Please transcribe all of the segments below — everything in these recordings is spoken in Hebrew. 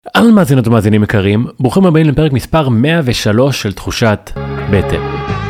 אהלן מאזינות ומאזינים יקרים, ברוכים הבאים לפרק מספר 103 של תחושת בטן.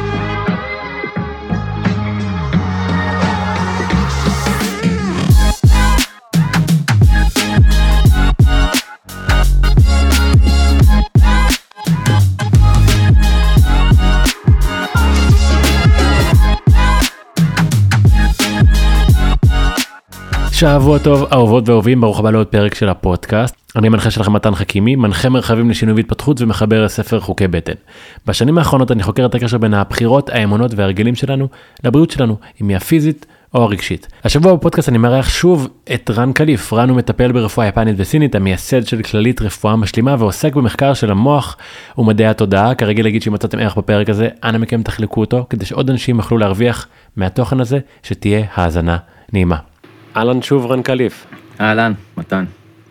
שבוע טוב, אהובות ואהובים, ברוך הבא לעוד פרק של הפודקאסט. אני מנחה שלכם מתן חכימי, מנחה מרחבים לשינוי והתפתחות ומחבר ספר חוקי בטן. בשנים האחרונות אני חוקר את הקשר בין הבחירות, האמונות וההרגלים שלנו לבריאות שלנו, אם היא הפיזית או הרגשית. השבוע בפודקאסט אני מארח שוב את רן קליף. רן הוא מטפל ברפואה יפנית וסינית, המייסד של כללית רפואה משלימה ועוסק במחקר של המוח ומדעי התודעה. כרגיל להגיד שאם מצאתם ערך בפרק הזה, אנא מכם תחלקו אותו, כדי שעוד אנשים יוכלו להרוויח מהתוכן הזה, שתהיה האזנה נעימה. אהלן שוב רן קליף. אהלן, מתן.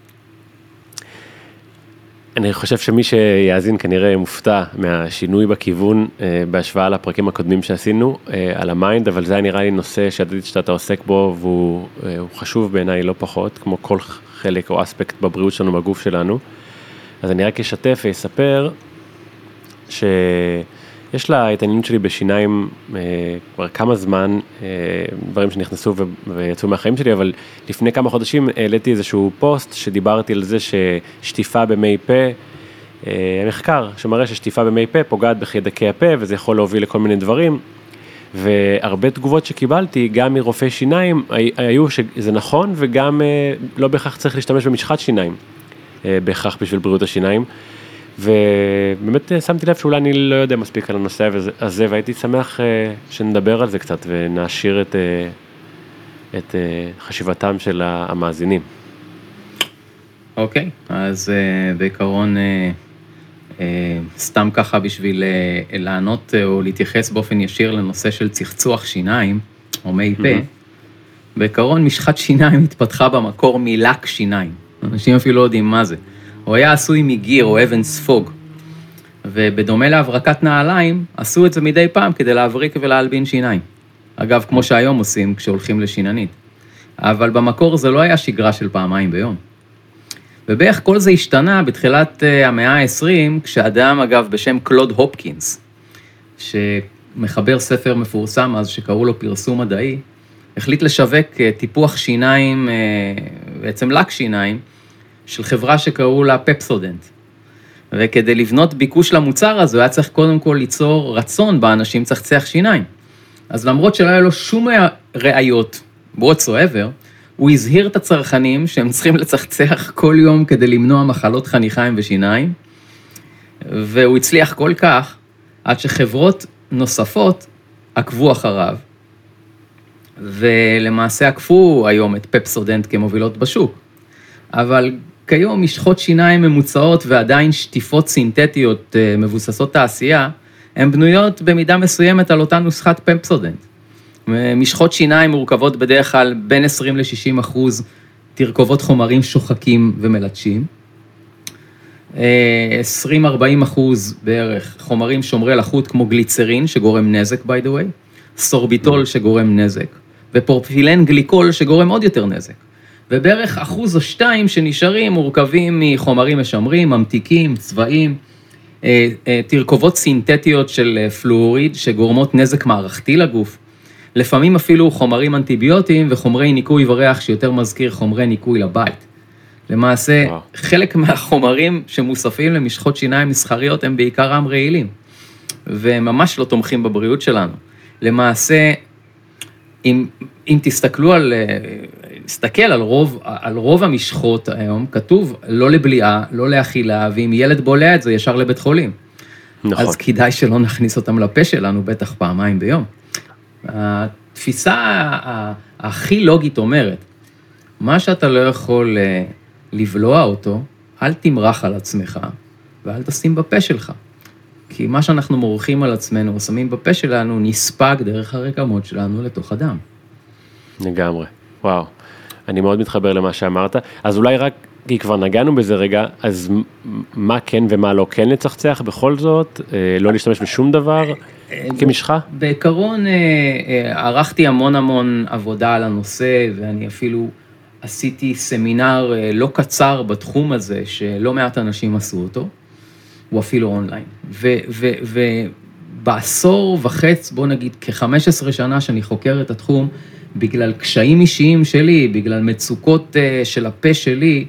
אני חושב שמי שיאזין כנראה מופתע מהשינוי בכיוון בהשוואה לפרקים הקודמים שעשינו על המיינד, אבל זה נראה לי נושא שידעתי שאתה עוסק בו והוא חשוב בעיניי לא פחות, כמו כל חלק או אספקט בבריאות שלנו, בגוף שלנו. אז אני רק אשתף ויספר יש לה התעניינות שלי בשיניים כבר כמה זמן, דברים שנכנסו ויצאו מהחיים שלי, אבל לפני כמה חודשים העליתי איזשהו פוסט שדיברתי על זה ששטיפה במי פה, המחקר שמראה ששטיפה במי פה פוגעת בחיידקי הפה, וזה יכול להוביל לכל מיני דברים, והרבה תגובות שקיבלתי, גם מרופאי שיניים, היו שזה נכון, וגם לא בהכרח צריך להשתמש במשחת שיניים, בהכרח בשביל בריאות השיניים, ובאמת שמתי לב שאולי אני לא יודע מספיק על הנושא הזה, והייתי שמח שנדבר על זה קצת, ונעשיר את חשיבתם של המאזינים. אוקיי, אז בעיקרון, סתם ככה בשביל לענות או להתייחס באופן ישיר לנושא של צחצוח שיניים, או מי פה, בעיקרון משחת שיניים התפתחה במקור מלק שיניים. אנשים אפילו לא יודעים מה זה. הוא היה עשוי מגיר או אבן ספוג, ובדומה להברקת נעליים, עשו את זה מדי פעם כדי להבריק ולהלבין שיניים. אגב, כמו שהיום עושים כשהולכים לשיננית. אבל במקור זה לא היה שגרה של פעמיים ביום. ובערך כל זה השתנה בתחילת המאה ה-20, כשאדם, אגב, בשם קלוד הופקינס, שמחבר ספר מפורסם אז שקראו לו פרסום מדעי, החליט לשווק טיפוח שיניים, בעצם לק שיניים, של חברה שקראו לה פפסודנט. וכדי לבנות ביקוש למוצר הזה, הוא היה צריך קודם כל ליצור רצון באנשים צחצח שיניים. אז למרות שלא היה לו שום ראיות, whatsoever, הוא הזהיר את הצרכנים שהם צריכים לצחצח כל יום כדי למנוע מחלות חניכיים ושיניים, והוא הצליח כל כך, עד שחברות נוספות עקבו אחריו, ולמעשה עקפו היום את פפסודנט כמובילות בשוק. אבל כיום משחות שיניים ממוצעות ועדיין שטיפות סינתטיות מבוססות תעשייה, הן בנויות במידה מסוימת על אותה נוסחת פפסודנט. משחות שיניים מורכבות בדרך כלל בין 20-60% תרכובות חומרים שוחקים ומלטשים, 20-40% בערך חומרים שומרי לחות כמו גליצרין שגורם נזק by the way, סורביטול שגורם נזק, ופורפילן גליקול שגורם עוד יותר נזק. ובערך 1% או 2% שנשארים מורכבים מחומרים משמרים, ממתיקים, צבעים, תרכובות סינתטיות של פלואוריד שגורמות נזק מערכתי לגוף, לפעמים אפילו חומרים אנטיביוטיים וחומרי ניקוי וריח שיותר מזכיר חומרי ניקוי לבית. למעשה, חלק מהחומרים שמוספים למשחות שיניים מסחריות הם בעיקרם רעילים, וממש לא תומכים בבריאות שלנו. למעשה, אם תסתכלו נסתכל על רוב המשחות היום, כתוב לא לבליעה, לא לאכילה, ואם ילד בולע את זה ישר לבית חולים. נכון. אז כדאי שלא נכניס אותם לפה שלנו, בטח פעמיים ביום. התפיסה הכי לוגית אומרת, מה שאתה לא יכול לבלוע אותו, אל תמרח על עצמך, ואל תשים בפה שלך. כי מה שאנחנו מורחים על עצמנו, או שמים בפה שלנו, נספג דרך הרקמות שלנו לתוך הדם. לגמרי, וואו. אני מאוד מתחבר למה שאמרת. אז אולי רק, כי כבר נגענו בזה רגע, אז מה כן ומה לא כן לצחצח בכל זאת? לא להשתמש בשום דבר כמשחה? בעיקרון, ערכתי המון עבודה על הנושא, ואני אפילו עשיתי סמינר לא קצר בתחום הזה, שלא מעט אנשים עשו אותו, הוא אפילו אונליין. ובעשור וחץ, בוא נגיד, כ-15 שנה שאני חוקר את התחום, בגלל קשיים אישיים שלי, בגלל מצוקות של הפה שלי,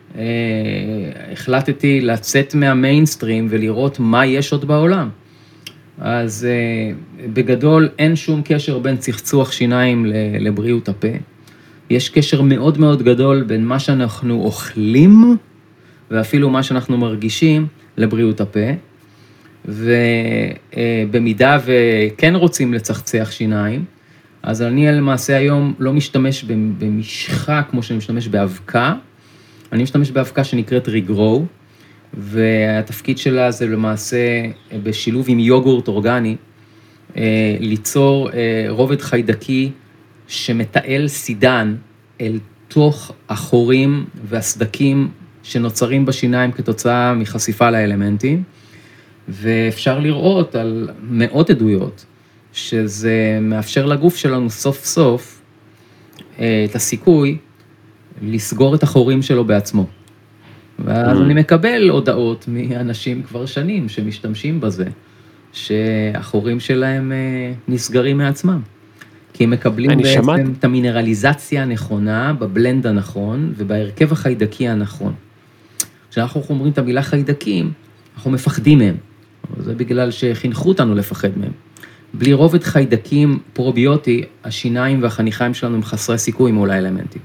החלטתי לצאת מהמיינסטרים ולראות מה יש עוד בעולם. אז בגדול אין שום קשר בין צחצוח שיניים לבריאות הפה. יש קשר מאוד מאוד גדול בין מה שאנחנו אוכלים, ואפילו מה שאנחנו מרגישים לבריאות הפה. ובמידה וכן רוצים לצחצח שיניים, אז אני למעשה היום לא משתמש במשחה כמו שאני משתמש באבקה, אני משתמש באבקה שנקראת ריגרו, והתפקיד שלה זה למעשה בשילוב עם יוגורט אורגני, ליצור רובד חיידקי שמטעל סידן אל תוך החורים והסדקים שנוצרים בשיניים כתוצאה מחשיפה לאלמנטים, ואפשר לראות על מאות עדויות, שזה מאפשר לגוף שלנו סוף סוף את הסיכוי לסגור את החורים שלו בעצמו. ואז אני מקבל הודעות מאנשים כבר שנים שמשתמשים בזה, שהחורים שלהם נסגרים מעצמם. כי הם מקבלים בעצם את המינרליזציה הנכונה, בבלנד הנכון ובהרכב החיידקי הנכון. כשאנחנו אומרים את המילה חיידקים, אנחנו מפחדים מהם. זה בגלל שחינכו אותנו לפחד מהם. בלי רובד חיידקים פרוביוטי, השיניים והחניכיים שלנו הם חסרי סיכוי מול האלמנטים.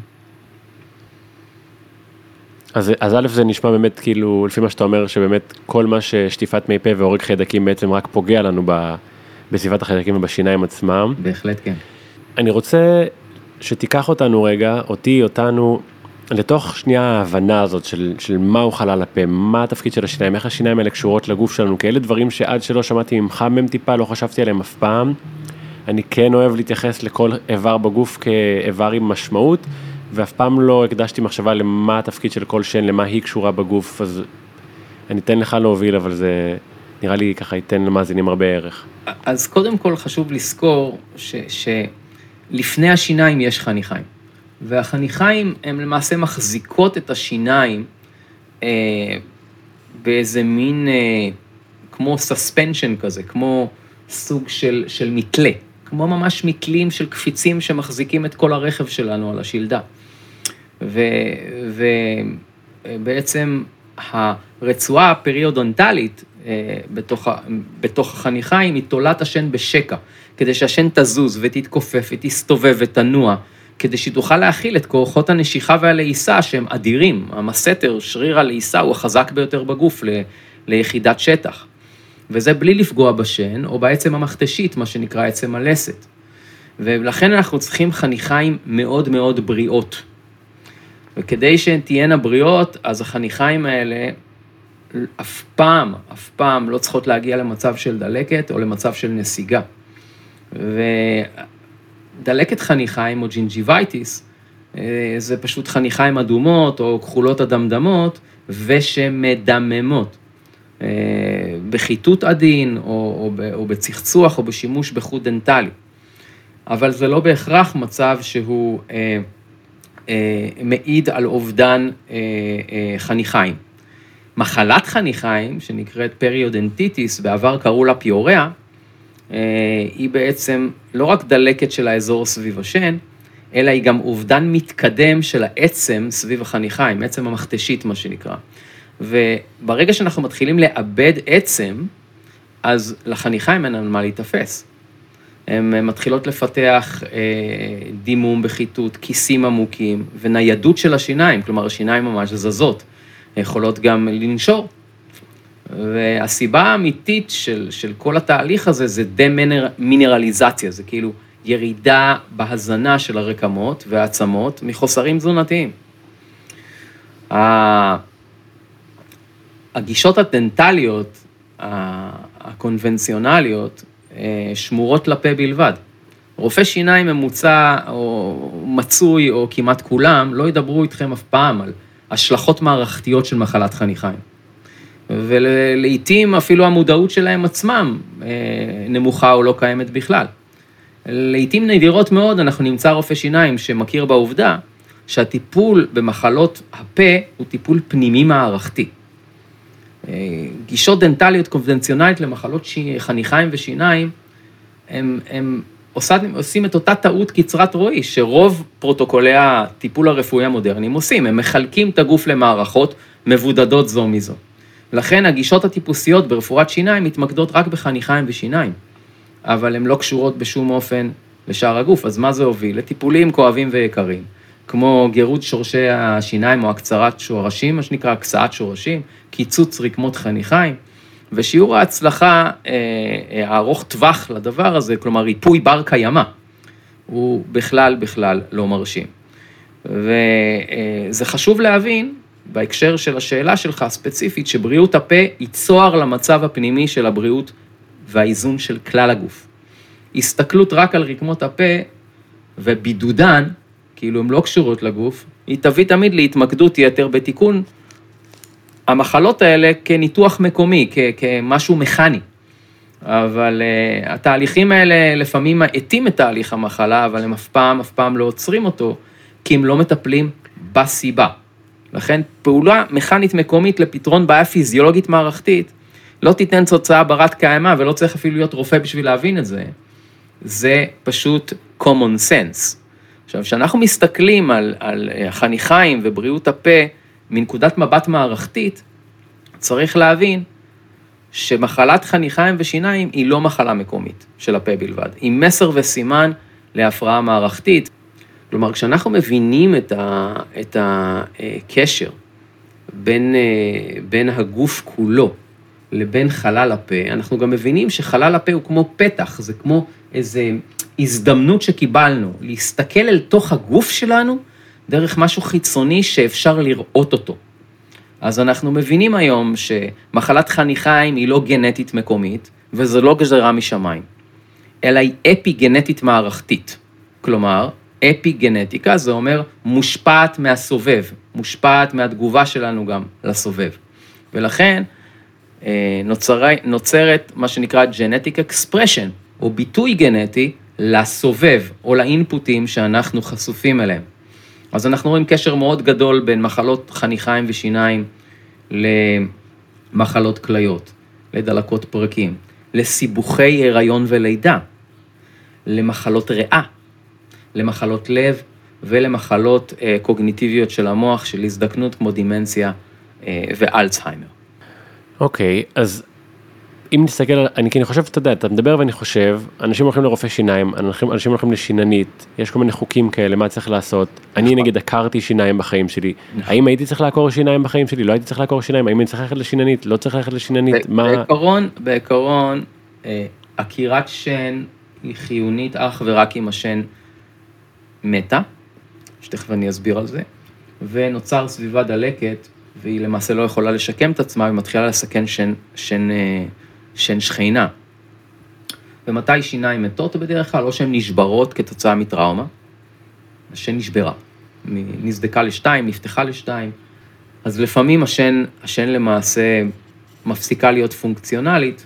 אז א' זה נשמע באמת כאילו, לפי מה שאתה אומר, שבאמת כל מה ששטיפת מי פה והורג חיידקים בעצם רק פוגע לנו בסביבת החיידקים ובשיניים עצמם. בהחלט כן. אני רוצה שתיקח אותנו רגע, אותנו, לתוך שנייה ההבנה הזאת של מהו חלל הפה, מה התפקיד של השיניים, איך השיניים האלה קשורות לגוף שלנו, כאלה דברים שעד שלא שמעתי ממך מהם טיפה, לא חשבתי עליהם אף פעם. אני כן אוהב להתייחס לכל איבר בגוף כאיבר עם משמעות, ואף פעם לא הקדשתי מחשבה למה התפקיד של כל שן, למה היא קשורה בגוף, אז אני אתן לך להוביל, אבל זה נראה לי ככה ייתן למאזינים הרבה ערך. אז קודם כל חשוב לזכור שלפני השיניים יש חניכיים, והחניכיים הן למעשה מחזיקות את השיניים באיזה מין, כמו סספנשן כזה, כמו סוג של מתלה, כמו ממש מתלים של קפיצים שמחזיקים את כל הרכב שלנו על השלדה. ובעצם הרצועה הפריודונטלית בתוך החניכיים היא תולת השן בשקע, כדי שהשן תזוז ותתכופף ותסתובב ותנוע, כדי שתוכל להכיל את כוחות הנשיכה והלעיסה שהם אדירים. המסתר, שריר הלעיסה, הוא החזק ביותר בגוף ליחידת שטח. וזה בלי לפגוע בשן, או בעצם המכתשית, מה שנקרא עצם הלסת. ולכן אנחנו צריכים חניכיים מאוד מאוד בריאות. וכדי שהן תהיינה בריאות, אז החניכיים האלה אף פעם לא צריכות להגיע למצב של דלקת, או למצב של נסיגה. ודלקת חניכיים, או ג'ינג'יבייטיס, זה פשוט חניכיים אדומות, או כחולות הדמדמות, ושמדממות. בחיתות עדין, או בצחצוח, או בשימוש בחוט דנטלי. אבל זה לא בהכרח מצב שהוא מעיד על אובדן חניכיים. מחלת חניכיים, שנקראת פריודנטיטיס, בעבר קראו לה פיוריה, היא בעצם לא רק דלקת של האזור סביב השן, אלא היא גם אובדן מתקדם של העצם סביב החניכיים, עצם המכתשית מה שנקרא. וברגע שאנחנו מתחילים לאבד עצם, אז לחניכיים אין על מה להתאפס. הן מתחילות לפתח דימום בחיתות, כיסים עמוקים, וניידות של השיניים, כלומר השיניים ממש זזות, יכולות גם לנשור. והסיבה האמיתית של כל התהליך הזה זה דמינרליזציה, זה כאילו ירידה בהזנה של הרקמות והעצמות מחוסרים תזונתיים. הגישות הדנטליות, הקונבנציונליות, שמורות לפה בלבד. רופא שיניים ממוצע או מצוי או כמעט כולם לא ידברו איתכם אף פעם על השלכות מערכתיות של מחלת חניכיים. ולעיתים אפילו המודעות שלהם עצמם נמוכה או לא קיימת בכלל. לעיתים נדירות מאוד אנחנו נמצא רופא שיניים שמכיר בעובדה שהטיפול במחלות הפה הוא טיפול פנימי מערכתי. גישות דנטליות קונבנציונלית למחלות חניכיים ושיניים, הם עושים את אותה טעות קצרת רואי, שרוב פרוטוקולי הטיפול הרפואי המודרניים עושים, הם מחלקים את הגוף למערכות מבודדות זו מזו. לכן הגישות הטיפוסיות ברפואת שיניים מתמקדות רק בחניכיים ושיניים, אבל הן לא קשורות בשום אופן לשאר הגוף. אז מה זה הוביל? לטיפולים כואבים ויקרים, כמו גירוד שורשי השיניים או הקצרת שורשים, מה שנקרא הקצאת שורשים, קיצוץ רקמות חניכיים, ושיעור ההצלחה הארוך טווח לדבר הזה, כלומר ריפוי בר קיימא, הוא בכלל לא מרשים. וזה חשוב להבין, בהקשר של השאלה שלך הספציפית, שבריאות הפה היא צוהר למצב הפנימי של הבריאות והאיזון של כלל הגוף. הסתכלות רק על רקמות הפה ובידודן, כאילו הן לא קשורות לגוף, היא תביא תמיד להתמקדות יתר בתיקון המחלות האלה כניתוח מקומי, כמשהו מכני. אבל התהליכים האלה לפעמים מאטים את תהליך המחלה, אבל הם אף פעם לא עוצרים אותו, כי הם לא מטפלים בסיבה. לכן פעולה מכנית מקומית לפתרון בעיה פיזיולוגית מערכתית, לא תיתן תוצאה ברת קיימא, ולא צריך אפילו להיות רופא בשביל להבין את זה. זה פשוט common sense. עכשיו, כשאנחנו מסתכלים על החניכיים ובריאות הפה, מנקודת מבט מערכתית, צריך להבין שמחלת חניכיים ושיניים היא לא מחלה מקומית של הפה בלבד, היא מסר וסימן להפרעה מערכתית. כלומר, כשאנחנו מבינים את הקשר בין הגוף כולו לבין חלל הפה, אנחנו גם מבינים שחלל הפה הוא כמו פתח, זה כמו איזו הזדמנות שקיבלנו, להסתכל אל תוך הגוף שלנו, דרך משהו חיצוני שאפשר לראות אותו. אז אנחנו מבינים היום שמחלת חניכיים היא לא גנטית מקומית, וזה לא גזרה משמיים, אלא היא אפי-גנטית מערכתית. כלומר, אפי-גנטיקה זה אומר מושפעת מהסובב, מושפעת מהתגובה שלנו גם לסובב. ולכן נוצרת מה שנקרא genetic expression, או ביטוי גנטי לסובב, או לאינפוטים שאנחנו חשופים אליהם. אז אנחנו רואים קשר מאוד גדול בין מחלות חניכיים ושיניים למחלות כליות, לדלקות פרקים, לסיבוכי הריון ולידה, למחלות ריאה, למחלות לב ולמחלות קוגניטיביות של המוח, של הזדקנות כמו דימנציה ואלצהיימר. אוקיי, אז אם נסתכל, אני חושב, אתה יודע, אתה מדבר ואני חושב, אנשים הולכים לרופא שיניים, אנשים הולכים לשיננית, יש כל מיני חוקים כאלה, מה צריך לעשות? אני נגיד עקרתי שיניים בחיים שלי, האם הייתי צריך לעקור שיניים בחיים שלי? לא הייתי צריך לעקור שיניים, האם אני צריך ללכת לשיננית? לא צריך ללכת לשיננית? בעיקרון, עקירת שן היא חיונית אך ורק אם השן מתה, שתכף אני אסביר על זה, ונוצר סביבה דלקת, והיא למעשה לא יכולה לשקם את עצמה, ומתחילה לסכן שן שכינה. ומתי שיניים מתות בדרך כלל, או שהן נשברות כתוצאה מטראומה, השן נשברה, נסדקה לשתיים, נפתחה לשתיים, אז לפעמים השן למעשה מפסיקה להיות פונקציונלית,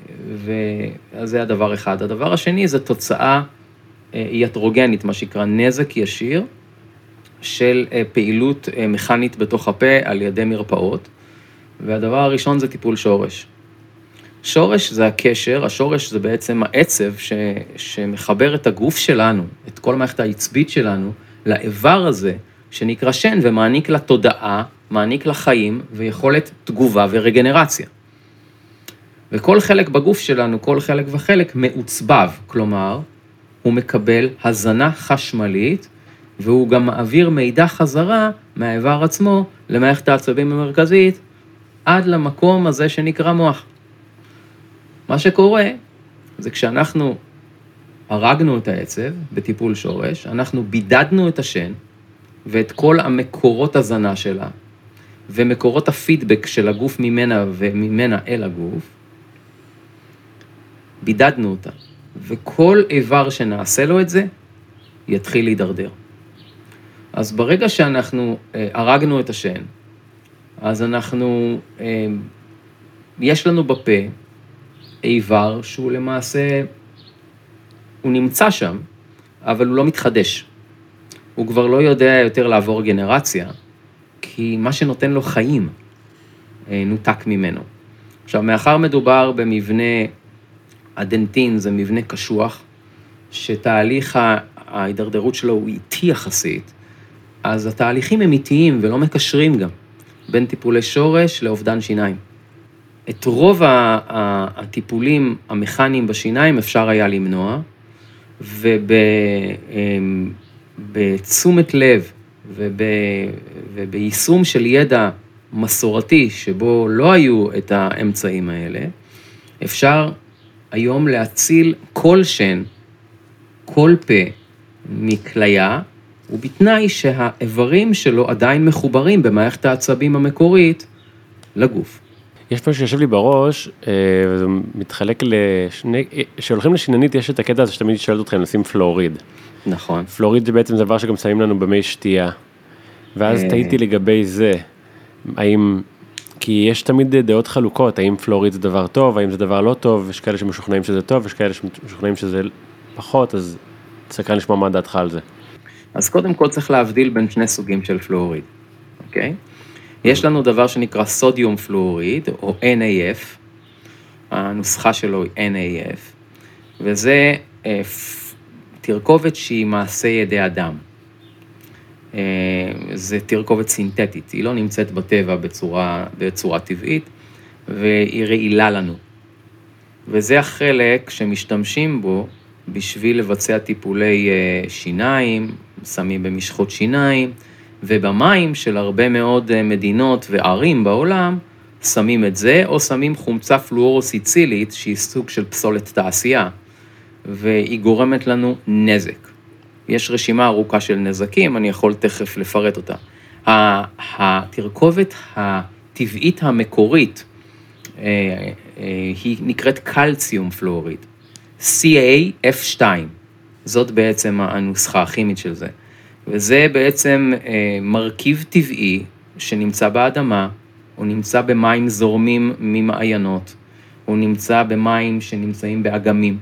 ואז זה הדבר אחד. הדבר השני זה תוצאה יתרוגנית, מה שנקרא נזק ישיר, של פעילות מכנית בתוך הפה על ידי מרפאות, והדבר הראשון זה טיפול שורש. שורש זה הקשר, השורש זה בעצם העצב שמחבר את הגוף שלנו, את כל מערכת העצבית שלנו, לאיבר הזה שנקרא שן ומעניק לה תודעה, מעניק לה חיים ויכולת תגובה ורגנרציה. וכל חלק בגוף שלנו, כל חלק וחלק מעוצבב, כלומר, הוא מקבל הזנה חשמלית, והוא גם מעביר מידע חזרה מהאיבר עצמו למערכת העצבים המרכזית, עד למקום הזה שנקרא מוח. מה שקורה, זה כשאנחנו הרגנו את העצב בטיפול שורש, אנחנו בידדנו את השן, ואת כל המקורות הזנה שלה, ומקורות הפידבק של הגוף ממנה וממנה אל הגוף, בידדנו אותה, וכל איבר שנעשה לו את זה, יתחיל להידרדר. אז ברגע שאנחנו הרגנו את השן, אז יש לנו בפה איבר שהוא למעשה, הוא נמצא שם, אבל הוא לא מתחדש. הוא כבר לא יודע יותר לעבור גנרציה, כי מה שנותן לו חיים נותק ממנו. עכשיו, מאחר מדובר במבנה הדנטין, זה מבנה קשוח, שתהליך ההידרדרות שלו הוא איטי יחסית, אז התהליכים הם איטיים ולא מקשרים גם, בין טיפולי שורש לאובדן שיניים. את רוב הטיפולים המכניים בשיניים אפשר היה למנוע, ובתשומת לב וביישום של ידע מסורתי, שבו לא היו את האמצעים האלה, אפשר היום להציל כל שן, כל פה מכליה, ובתנאי שהאיברים שלו עדיין מחוברים במערכת העצבים המקורית לגוף. יש פה שיושב לי בראש, וזה מתחלק לשני, כשהולכים לשיננית יש את הקטע הזה שתמיד שואלת אתכם לשים פלואוריד. נכון. פלואוריד זה בעצם דבר שגם שמים לנו במי שתייה, ואז תהיתי לגבי זה, האם, כי יש תמיד דעות חלוקות, האם פלואוריד זה דבר טוב, האם זה דבר לא טוב, יש כאלה שמשוכנעים שזה טוב, יש כאלה שמשוכנעים שזה פחות, אז סקרן לשמוע מה דעתך על זה. אז קודם כל צריך להבדיל בין שני סוגים של פלואוריד, אוקיי? יש לנו דבר שנקרא סודיום פלואוריד, או NAF, הנוסחה שלו היא NAF, וזה תרכובת שהיא מעשה ידי אדם. זה תרכובת סינתטית, היא לא נמצאת בטבע בצורה טבעית, והיא רעילה לנו. וזה החלק שמשתמשים בו בשביל לבצע טיפולי שיניים, שמים במשחות שיניים, ובמים של הרבה מאוד מדינות וערים בעולם, שמים את זה, או שמים חומצה פלואורוסיצילית, שהיא סוג של פסולת תעשייה, והיא גורמת לנו נזק. יש רשימה ארוכה של נזקים, אני יכול תכף לפרט אותה. התרכובת הטבעית המקורית, היא נקראת קלציום פלואוריד, CaF2, זאת בעצם הנוסחה הכימית של זה. וזה בעצם מרכיב טבעי שנמצא באדמה, הוא נמצא במים זורמים ממעיינות, הוא נמצא במים שנמצאים באגמים,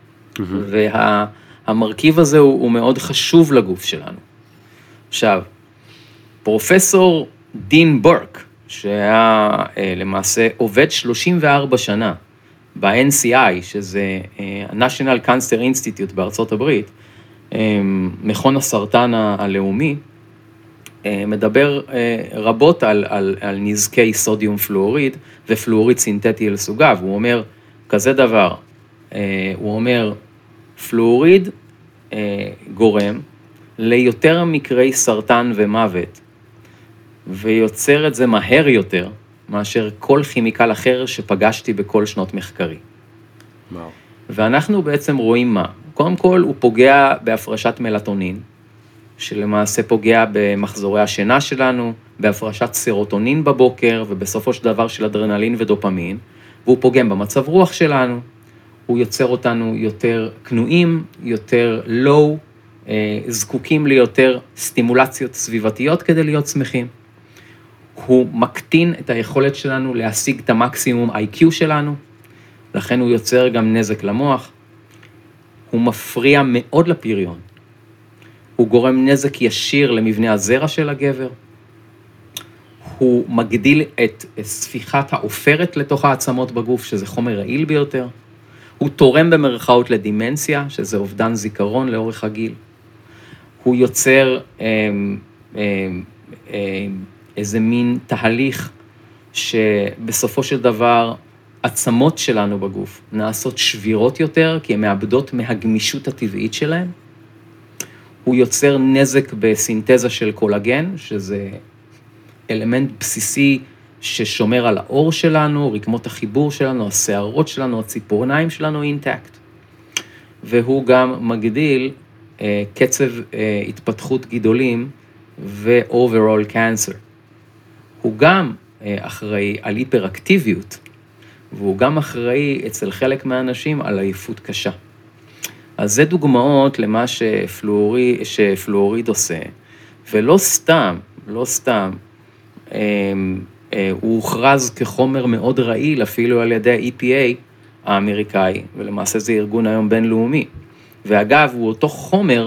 והמרכיב הזה הוא מאוד חשוב לגוף שלנו. עכשיו, פרופסור דין ברק, שהיה למעשה עובד 34 שנה ב-NCI, שזה ה-National Cancer Institute בארצות הברית, מכון הסרטן הלאומי, מדבר רבות על נזקי סודיום פלואוריד ופלואוריד סינתטי לסוגיו. הוא אומר כזה דבר, הוא אומר, פלואוריד גורם ליותר מקרי סרטן ומוות, ויוצר את זה מהר יותר מאשר כל כימיקל אחר שפגשתי בכל שנות מחקרי. וואו. ואנחנו בעצם רואים מה? קודם כל הוא פוגע בהפרשת מלטונין, שלמעשה פוגע במחזורי השינה שלנו, בהפרשת סרוטונין בבוקר, ובסופו של דבר של אדרנלין ודופמין, והוא פוגם במצב רוח שלנו, הוא יוצר אותנו יותר כנועים, יותר לואו, זקוקים ליותר סטימולציות סביבתיות כדי להיות שמחים. הוא מקטין את היכולת שלנו להשיג את המקסימום IQ שלנו, לכן הוא יוצר גם נזק למוח, הוא מפריע מאוד לפריון, הוא גורם נזק ישיר למבנה הזרע של הגבר, הוא מגדיל את ספיחת העופרת לתוך העצמות בגוף, שזה חומר רעיל ביותר, הוא תורם במרכאות לדימנציה, שזה אובדן זיכרון לאורך הגיל, הוא יוצר איזה מין תהליך שבסופו של דבר עצמות שלנו בגוף נעשות שבירות יותר, כי הן מאבדות מהגמישות הטבעית שלהן. הוא יוצר נזק בסינתזה של קולגן, שזה אלמנט בסיסי ששומר על האור שלנו, רקמות החיבור שלנו, השערות שלנו, הציפורניים שלנו אינטקט. והוא גם מגדיל קצב התפתחות גידולים ו-overall cancer. הוא גם אחראי על היפראקטיביות, והוא גם אחראי אצל חלק מהאנשים על עייפות קשה. אז זה דוגמאות למה שפלואוריד עושה, ולא סתם, הוא הוכרז כחומר מאוד רעיל, אפילו על ידי ה-EPA האמריקאי, ולמעשה זה ארגון היום בינלאומי. ואגב, הוא אותו חומר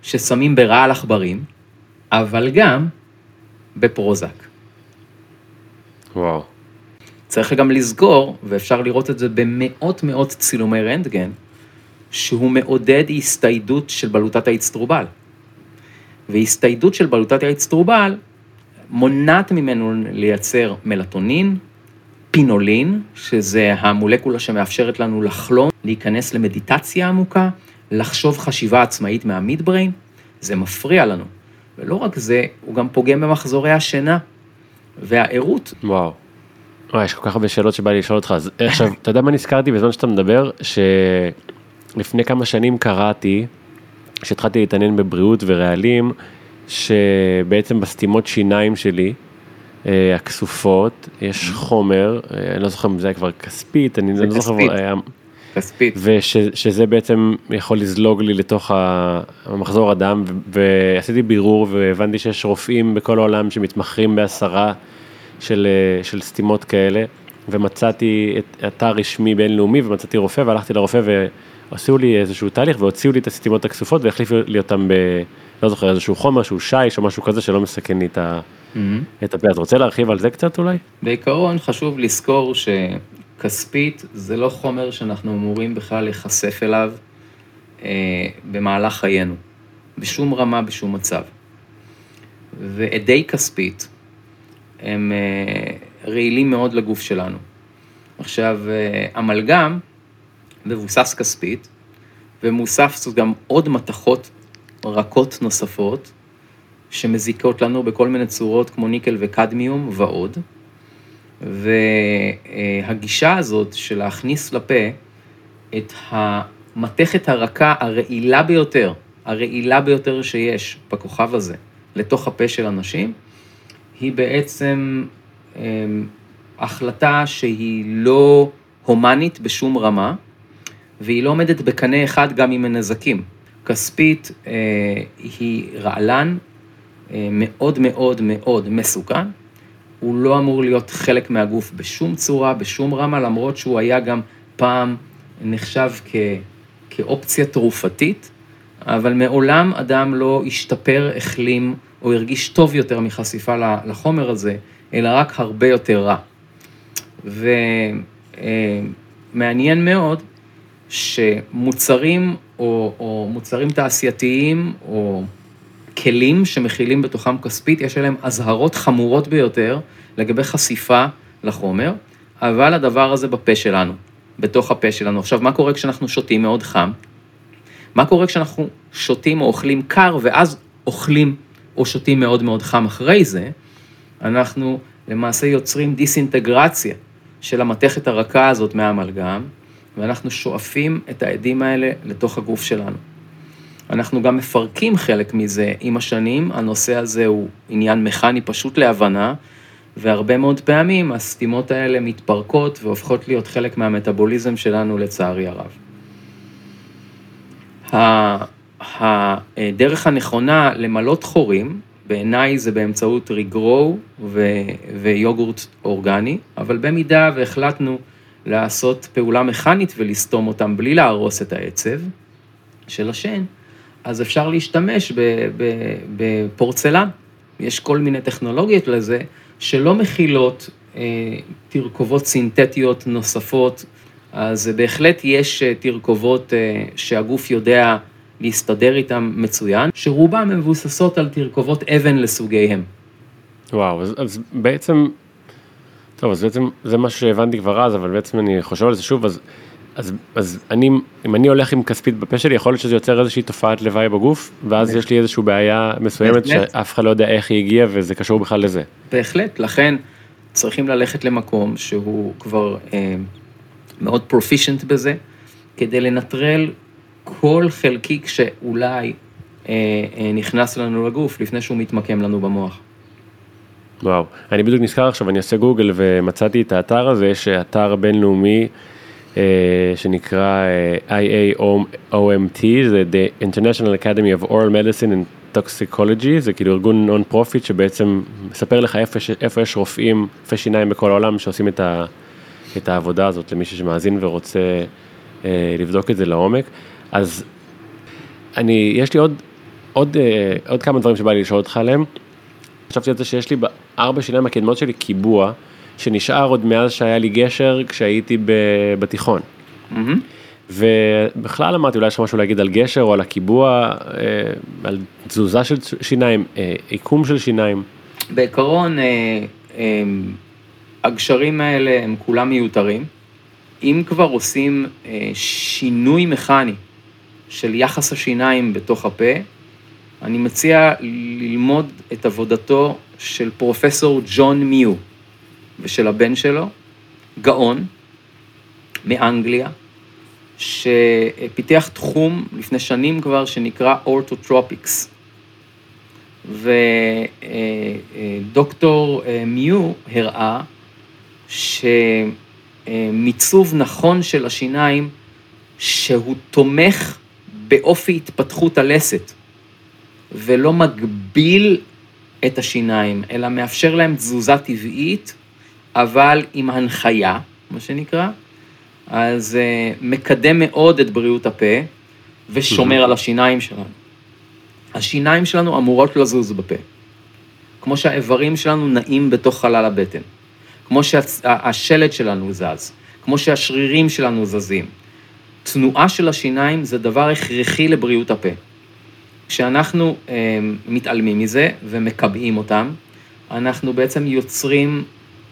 ששמים ברעל עכברים, אבל גם בפרוזק. וואו. צריך גם לזכור, ואפשר לראות את זה במאות צילומי רנטגן, שהוא מעודד הסתיידות של בלוטת האצטרובל. והסתיידות של בלוטת האצטרובל מונעת ממנו לייצר מלטונין, פינולין, שזה המולקולה שמאפשרת לנו לחלום, להיכנס למדיטציה עמוקה, לחשוב חשיבה עצמאית מהמידבריין, זה מפריע לנו. ולא רק זה, הוא גם פוגם במחזורי השינה והעירות. וואו. יש כל כך הרבה שאלות שבא לי לשאול אותך. אז עכשיו, אתה יודע מה נזכרתי בזמן שאתה מדבר? שלפני כמה שנים קראתי, כשהתחלתי להתעניין בבריאות ורעלים, שבעצם בסתימות שיניים שלי, הכסופות, יש חומר, אני לא זוכר אם זה היה כבר כספית, אני לא זוכר, כספית. ושזה בעצם יכול לזלוג לי לתוך המחזור הדם, ועשיתי בירור והבנתי שיש רופאים בכל העולם שמתמחרים בהסרה של סתימות כאלה, ומצאתי את אתר רשמי בינלאומי, ומצאתי רופא, והלכתי לרופא ועשו לי איזשהו תהליך, והוציאו לי את הסתימות הכסופות, והחליפו לי אותם לא זוכר, איזשהו חומר שהוא שיש או משהו כזה שלא מסכן לי את הפה. אז רוצה להרחיב על זה קצת אולי? בעיקרון חשוב לזכור שכספית זה לא חומר שאנחנו אמורים בכלל להיחשף אליו במהלך חיינו, בשום רמה, בשום מצב. ועדי כספית הם רעילים מאוד לגוף שלנו. עכשיו, אמלגם מבוסס כספית, ומוסף גם עוד מתכות רכות נוספות, שמזיקות לנו בכל מיני צורות כמו ניקל וקדמיום ועוד. והגישה הזאת של להכניס לפה את המתכת הרכה הרעילה ביותר שיש בכוכב הזה, לתוך הפה של אנשים, היא בעצם החלטה שהיא לא הומנית בשום רמה, והיא לא עומדת בקנה אחד גם עם הנזקים. כספית היא רעלן מאוד מאוד מאוד מסוכן, הוא לא אמור להיות חלק מהגוף בשום צורה, בשום רמה, למרות שהוא היה גם פעם נחשב כאופציה תרופתית, אבל מעולם אדם לא השתפר, החלים או הרגיש טוב יותר מחשיפה לחומר הזה, אלא רק הרבה יותר רע. ומעניין מאוד שמוצרים או מוצרים תעשייתיים או כלים שמכילים בתוכם כספית, יש עליהם אזהרות חמורות ביותר לגבי חשיפה לחומר, אבל הדבר הזה בפה שלנו, בתוך הפה שלנו. עכשיו, מה קורה כשאנחנו שותים מאוד חם? מה קורה כשאנחנו שותים או אוכלים קר, ואז אוכלים או שותים מאוד מאוד חם אחרי זה? אנחנו למעשה יוצרים דיסאינטגרציה של המתכת הרכה הזאת מהאמלגם, ואנחנו שואפים את העדים האלה לתוך הגוף שלנו. אנחנו גם מפרקים חלק מזה עם השנים, הנושא הזה הוא עניין מכני פשוט להבנה, והרבה מאוד פעמים הסתימות האלה מתפרקות והופכות להיות חלק מהמטאבוליזם שלנו לצערי הרב. הדרך הנכונה למלות חורים, בעיניי זה באמצעות ריגרו ויוגורט אורגני, אבל במידה והחלטנו לעשות פעולה מכנית ולסתום אותם בלי להרוס את העצב של השן, אז אפשר להשתמש בפורצלן. יש כל מיני טכנולוגיות לזה שלא מכילות תרכובות סינתטיות נוספות, אז בהחלט יש תרכובות שהגוף יודע להסתדר איתם מצוין, שרובם מבוססות על תרכובות אבן לסוגיהם. וואו, אז בעצם, טוב, אז בעצם זה מה שהבנתי כבר אז, אבל בעצם אני חושב על זה שוב, אז אם אני הולך עם כספית בפה שלי, יכול להיות שזה יוצר איזושהי תופעת לוואי בגוף, ואז יש לי איזושהי בעיה מסוימת שאף אחד לא יודע איך היא הגיעה, וזה קשור בכלל לזה. בהחלט, לכן צריכים ללכת למקום שהוא כבר מאוד פרופישנט בזה, כדי לנטרל כל חלקיק שאולי נכנס לנו לגוף, לפני שהוא מתמקם לנו במוח. וואו, אני בדיוק נזכר עכשיו, אני עושה גוגל ומצאתי את האתר הזה, יש אתר בינלאומי שנקרא IAOMT, זה The International Academy of Oral Medicine and Toxicology, זה כאילו ארגון נון פרופיט שבעצם מספר לך איפה יש רופאים, רופאי שיניים בכל העולם שעושים את העבודה הזאת למי שמאזין ורוצה לבדוק את זה לעומק. אז יש לי עוד עוד כמה דברים שבא לי לשאול אותך עליהם. חשבתי על זה שיש לי ב4 שיניים הקדמות שלי קיבוע, שנשאר עוד מאז שהיה לי גשר כשהייתי בתיכון. ובכלל אמרתי, אולי יש משהו להגיד על גשר או על הקיבוע, על תזוזה של שיניים, עיקום של שיניים. בעיקרון, הגשרים האלה הם כולם מיותרים. אם כבר עושים שינוי מכני של יחס השיניים בתוך הפה, אני מציע ללמוד את עבודתו של פרופסור ג'ון מיו ושל הבן שלו, גאון מאנגליה, שפיתח תחום לפני שנים כבר שנקרא אורתוטרופיקס. ודוקטור מיו הראה שמיצוב נכון של השיניים, שהוא תומך באופי התפתחות הלסת, ולא מגביל את השיניים, אלא מאפשר להם תזוזה טבעית, אבל עם הנחיה, מה שנקרא, אז מקדם מאוד את בריאות הפה, ושומר על השיניים שלנו. השיניים שלנו אמורות לזוז בפה, כמו שהאיברים שלנו נעים בתוך חלל הבטן, כמו שהשלד שלנו זז, כמו שהשרירים שלנו זזים. תנועה של השיניים זה דבר הכרחי לבריאות הפה. כשאנחנו מתעלמים מזה ומקבעים אותם, אנחנו בעצם יוצרים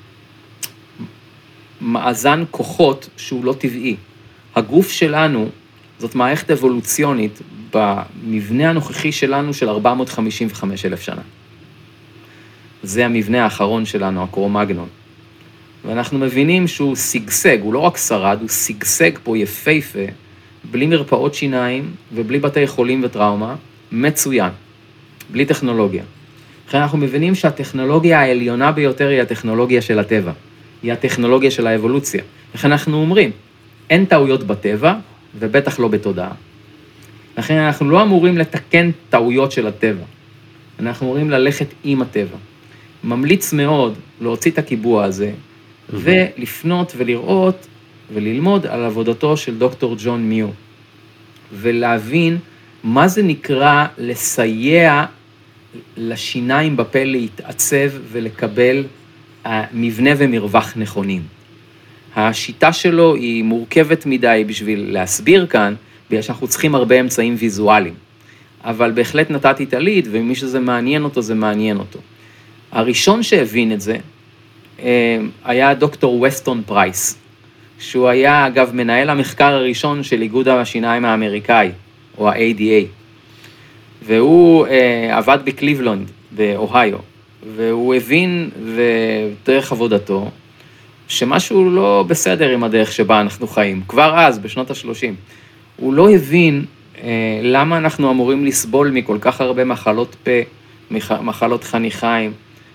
מאזן כוחות שהוא לא טבעי. הגוף שלנו, זאת מערכת אבולוציונית במבנה הנוכחי שלנו של 455,000 שנה. זה המבנה האחרון שלנו, הקרומגנון. ואנחנו מבינים שהוא סגסג, הוא לא רק שרד, הוא סגסג פה יפהפה, בלי מרפאות שיניים ובלי בתי חולים וטראומה, מצוין, בלי טכנולוגיה. לכן אנחנו מבינים שהטכנולוגיה העליונה ביותר היא הטכנולוגיה של הטבע, היא הטכנולוגיה של האבולוציה. לכן אנחנו אומרים, אין טעויות בטבע, ובטח לא בתודעה. לכן אנחנו לא אמורים לתקן טעויות של הטבע, אנחנו אמורים ללכת עם הטבע. ממליץ מאוד להוציא את הקיבוע הזה, ולפנות ולראות וללמוד על עבודתו של דוקטור ג'ון מיו, ולהבין מה זה נקרא לסייע לשיניים בפה להתעצב ולקבל מבנה ומרווח נכונים. השיטה שלו היא מורכבת מדי בשביל להסביר כאן, בגלל שאנחנו צריכים הרבה אמצעים ויזואליים. אבל בהחלט נתתי את הליד, ומי שזה מעניין אותו, זה מעניין אותו. הראשון שהבין את זה, היה דוקטור וסטון פרייס, שהוא היה אגב מנהל המחקר הראשון של איגוד השיניים האמריקאי, או ה-ADA, והוא עבד בקליבלנד, באוהיו, והוא הבין ודרך עבודתו, שמשהו לא בסדר עם הדרך שבה אנחנו חיים, כבר אז, בשנות ה-30. הוא לא הבין למה אנחנו אמורים לסבול מכל כך הרבה מחלות פה, מחלות חניכיים,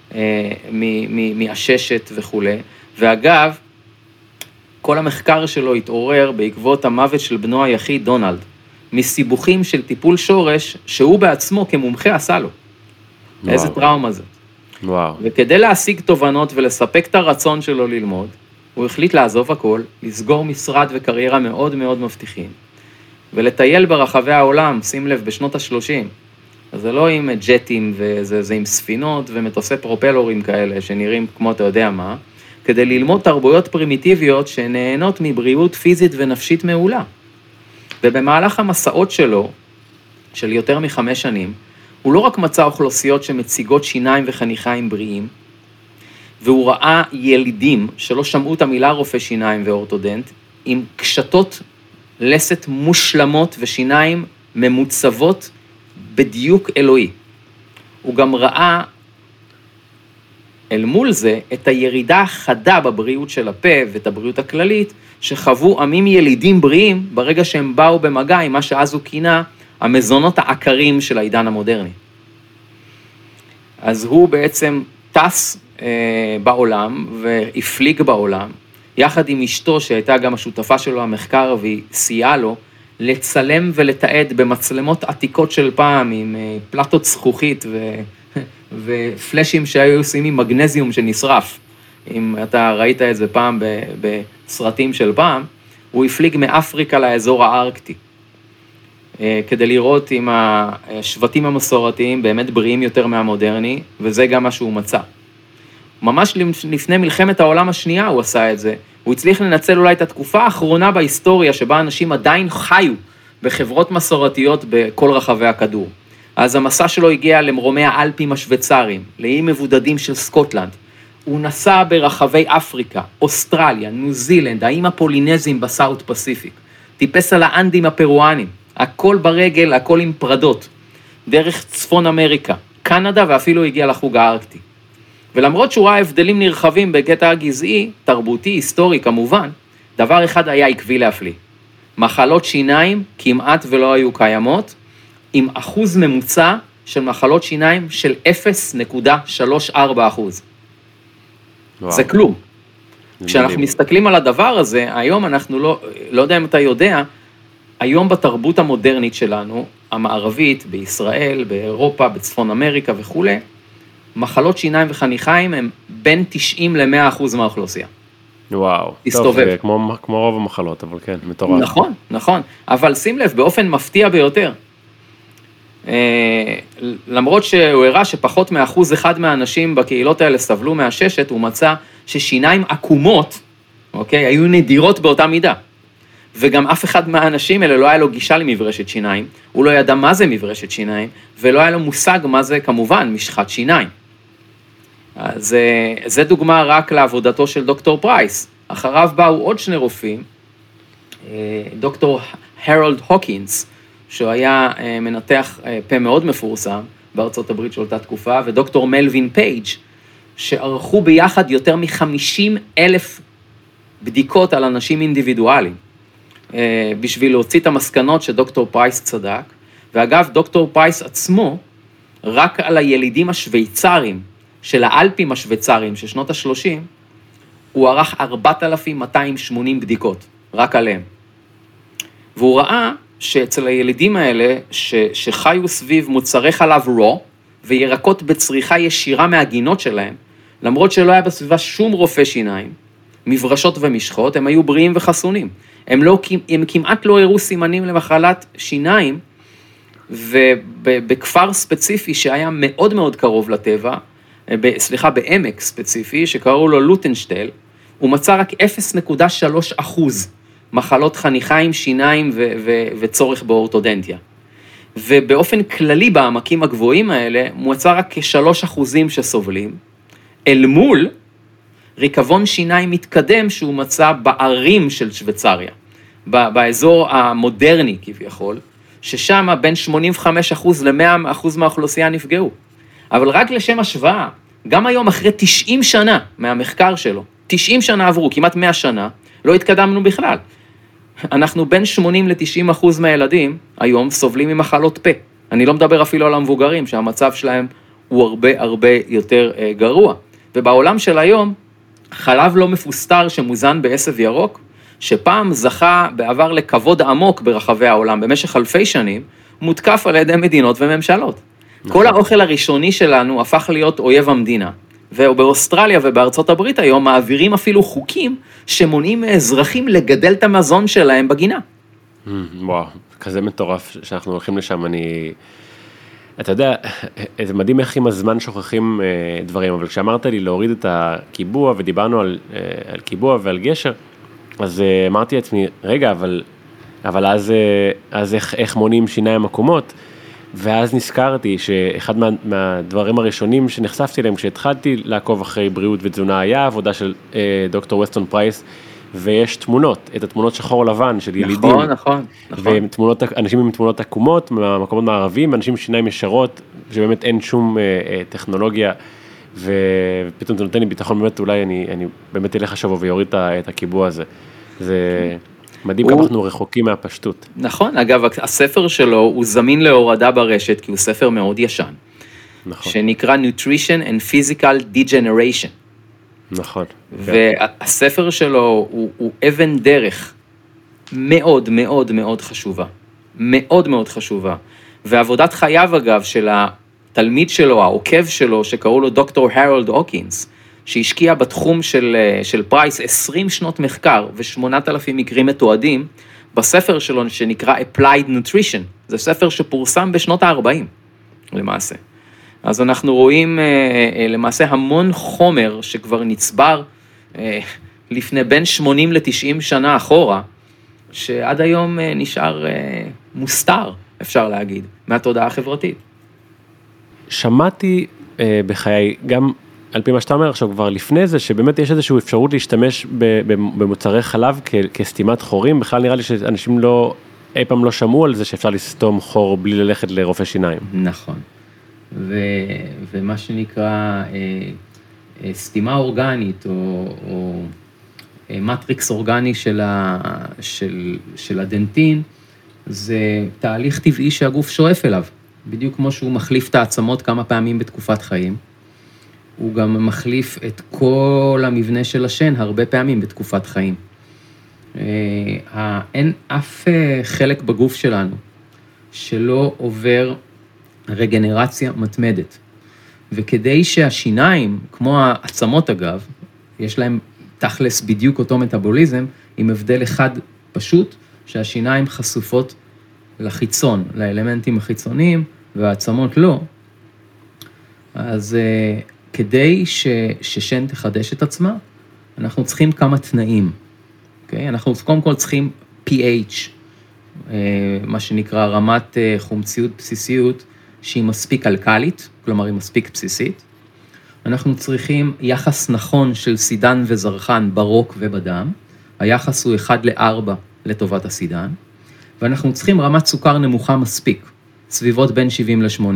מעששת וכו'. ואגב, כל המחקר שלו התעורר בעקבות המוות של בנו היחיד, דונלד, מסיבוכים של טיפול שורש, שהוא בעצמו כמומחה עשה לו. וואו. איזה טראומה זה. וואו. וכדי להשיג תובנות ולספק את הרצון שלו ללמוד, הוא החליט לעזוב הכל, לסגור משרד וקריירה מאוד מאוד מבטיחים, ולטייל ברחבי העולם, שים לב, בשנות ה-30. אז זה לא עם ג'טים, זה עם ספינות ומטוסי פרופלורים כאלה, שנראים כמו אתה יודע מה, כדי ללמוד תרבויות פרימיטיביות שנהנות מבריאות פיזית ונפשית מעולה. ובמהלך המסעות שלו, של יותר מ5 שנים, הוא לא רק מצא אוכלוסיות שמציגות שיניים וחניכיים בריאים, והוא ראה ילידים שלא שמעו את המילה רופא שיניים ואורתודנט, עם קשתות לסת מושלמות ושיניים ממוצבות בדיוק אלוהי. הוא גם ראה אל מול זה את הירידה החדה בבריאות של הפה ואת הבריאות הכללית, שחוו עמים ילידים בריאים ברגע שהם באו במגע עם מה שאז הוא כינה המזונות העקרים של העידן המודרני. אז הוא בעצם טס בעולם והפליג בעולם, יחד עם אשתו שהייתה גם השותפה שלו המחקר והיא סייעה לו, לצלם ולתעד במצלמות עתיקות של פעם עם פלטות זכוכית ופלשים שהיו עושים עם מגנזיום שנשרף. אם אתה ראית את זה פעם בסרטים של פעם, הוא הפליג מאפריקה לאזור הארקטי. כדי לראות אם השבטים המסורתיים באמת בריאים יותר מהמודרני, וזה גם מה שהוא מצא. ממש לפני מלחמת העולם השנייה הוא עשה את זה, הוא הצליח לנצל אולי את התקופה האחרונה בהיסטוריה, שבה אנשים עדיין חיו בחברות מסורתיות בכל רחבי הכדור. אז המסע שלו הגיע למרומי האלפים השוויצריים, לאיים מבודדים של סקוטלנד. הוא נסע ברחבי אפריקה, אוסטרליה, ניו זילנד, האיים הפולינזיים בסאוט פסיפיק. טיפס על האנדים הפרואנים, הכל ברגל, הכל עם פרדות. דרך צפון אמריקה, קנדה ואפילו הגיע לחוג הארקטי. ולמרות שהוא ראה הבדלים נרחבים בקטע הגזעי, תרבותי, היסטורי כמובן, דבר אחד היה עקבי להפליא. מחלות שיניים כמעט ולא היו קיימות, עם אחוז ממוצע של מחלות שיניים של 0.34%. זה כלום. כשאנחנו מסתכלים על הדבר הזה, היום אנחנו לא יודע אם אתה יודע, היום בתרבות המודרנית שלנו, המערבית, בישראל, באירופה, בצפון אמריקה וכו', מחלות שיניים וחניכיים הם בין 90 ל-100% מהאוכלוסייה. וואו, תסתובב. טוב, זה כמו רוב המחלות, אבל כן, מטורף. נכון, נכון, אבל שים לב, באופן מפתיע ביותר, למרות שהוא הראה שפחות מ1% מהאנשים בקהילות האלה סבלו מהששת, הוא מצא ששיניים עקומות, אוקיי, היו נדירות באותה מידה. וגם אף אחד מהאנשים האלה לא היה לו גישה למברשת שיניים, הוא לא ידע מה זה מברשת שיניים, ולא היה לו מושג מה זה כמובן משחת שיניים. אז זה דוגמה רק לעבודתו של דוקטור פרייס. אחריו באו עוד שני רופאים, דוקטור הרולד הוקינס, שהוא היה מנתח פה מאוד מפורסם בארצות הברית של אותה תקופה, ודוקטור מלווין פייג', שערכו ביחד יותר מ50,000 בדיקות על אנשים אינדיבידואליים, בשביל להוציא את המסקנות שדוקטור פרייס צדק, ואגב, דוקטור פרייס עצמו, רק על הילידים השוויצרים, של האלפים השוויצרים, של שנות ה-30, הוא ערך 4,280 בדיקות, רק עליהם. והוא ראה שאצל הילידים האלה, שחיו סביב מוצרי חלב raw, וירקות בצריכה ישירה מהגינות שלהם, למרות שלא היה בסביבה שום רופא שיניים, מברשות ומשחות, הם היו בריאים וחסונים. הם כמעט לא הראו סימנים למחלת שיניים, ובכפר ספציפי שהיה מאוד מאוד קרוב לטבע, בעמק ספציפי, שקראו לו לוטנשטל, הוא מצא רק 0.3% מחלות חניכיים, שיניים וצורך באורתודנטיה. ובאופן כללי בעמקים הגבוהים האלה, הוא מצא רק כ3% שסובלים, אל מול ריקבון שיניים מתקדם שהוא מצא בערים של שוויצריה, באזור המודרני כביכול, ששם בין 85% ל-100% מהאוכלוסייה נפגעו. אבל רק לשם השוואה, גם היום אחרי 90 שנה מהמחקר שלו, 90 שנה עברו, כמעט 100 שנה, לא התקדמנו בכלל. אנחנו בין 80 ל-90% מהילדים היום סובלים ממחלות פה. אני לא מדבר אפילו על המבוגרים, שהמצב שלהם הוא הרבה הרבה יותר גרוע. ובעולם של היום, חלב לא מפוסטר שמוזן בעשב ירוק, שפעם זכה בעבר לכבוד עמוק ברחבי העולם, במשך אלפי שנים, מותקף על ידי מדינות וממשלות. כל האוכל הראשוני שלנו הפך להיות אויב המדינה, ובאוסטרליה ובארצות הברית היום מעבירים אפילו חוקים שמונעים מאזרחים לגדל את המזון שלהם בגינה. וואו, כזה מטורף שאנחנו הולכים לשם, אתה יודע, זה מדהים איך עם הזמן שוכחים דברים, אבל כשאמרת לי להוריד את הקיבוע, ודיברנו על קיבוע ועל גשר, אז אמרתי לעצמי, רגע, אבל אז איך מונים שיניים עקומות? ואז נזכרתי שאחד מהדברים הראשונים שנחשפתי להם, כשהתחלתי לעקוב אחרי בריאות ותזונה, היה עבודה של דוקטור ווסטון פרייס, ויש תמונות, את התמונות שחור לבן של יילידים. נכון, נכון, נכון. ואנשים עם תמונות עקומות, מהמקומות מערבים, אנשים עם שיניים ישרות, שבאמת אין שום טכנולוגיה, ופתאום זה נותן לי ביטחון, באמת אולי אני באמת אלך השבוע ויוריד את הקיבוע הזה. זה מדהים כמה אנחנו רחוקים מהפשטות. נכון, אגב, הספר שלו הוא זמין להורדה ברשת, כי הוא ספר מאוד ישן. נכון. שנקרא Nutrition and Physical Degeneration. נכון. והספר שלו הוא אבן דרך מאוד מאוד מאוד חשובה. מאוד מאוד חשובה. ועבודת חייו אגב של התלמיד שלו, העוקב שלו, שקראו לו דוקטור הרולד הוקינס, שהשקיע בתחום של פרייס 20 שנות מחקר ו8,000 מקרים מתועדים, בספר שלו שנקרא Applied Nutrition, זה ספר שפורסם בשנות ה-40, למעשה. אז אנחנו רואים למעשה המון חומר שכבר נצבר לפני בין 80 ל-90 שנה אחורה, שעד היום נשאר מוסתר, אפשר להגיד, מהתודעה החברתית. שמעתי בחיי, גם על פי מה שאתה אומר עכשיו כבר לפני זה, שבאמת יש איזושהי אפשרות להשתמש במוצרי חלב כסתימת חורים, בכלל נראה לי שאנשים אי פעם לא שמעו על זה שאפשר לסתום חור בלי ללכת לרופא שיניים. נכון. ומה שנקרא סתימה אורגנית או מטריקס אורגני של הדנטין, זה תהליך טבעי שהגוף שואף אליו, בדיוק כמו שהוא מחליף את העצמות כמה פעמים בתקופת חיים, הוא גם מחליף את כל המבנה של השן הרבה פעמים בתקופת חיים. אין אף חלק בגוף שלנו שלא עובר רגנרציה מתמדת. וכדי שהשיניים, כמו העצמות אגב, יש להם תכלס בדיוק אותו מטאבוליזם, עם הבדל אחד פשוט, שהשיניים חשופות לחיצון, לאלמנטים החיצוניים, והעצמות לא. אז כדי ששן תחדש את עצמה, אנחנו צריכים כמה תנאים. Okay? אנחנו קודם כל צריכים pH, מה שנקרא רמת חומציות בסיסיות, שהיא מספיק אלקלית, כלומר היא מספיק בסיסית. אנחנו צריכים יחס נכון של סידן וזרחן ברוק ובדם, היחס הוא 1:4 לטובת הסידן, ואנחנו צריכים רמת סוכר נמוכה מספיק, סביבות בין 70 ל-80,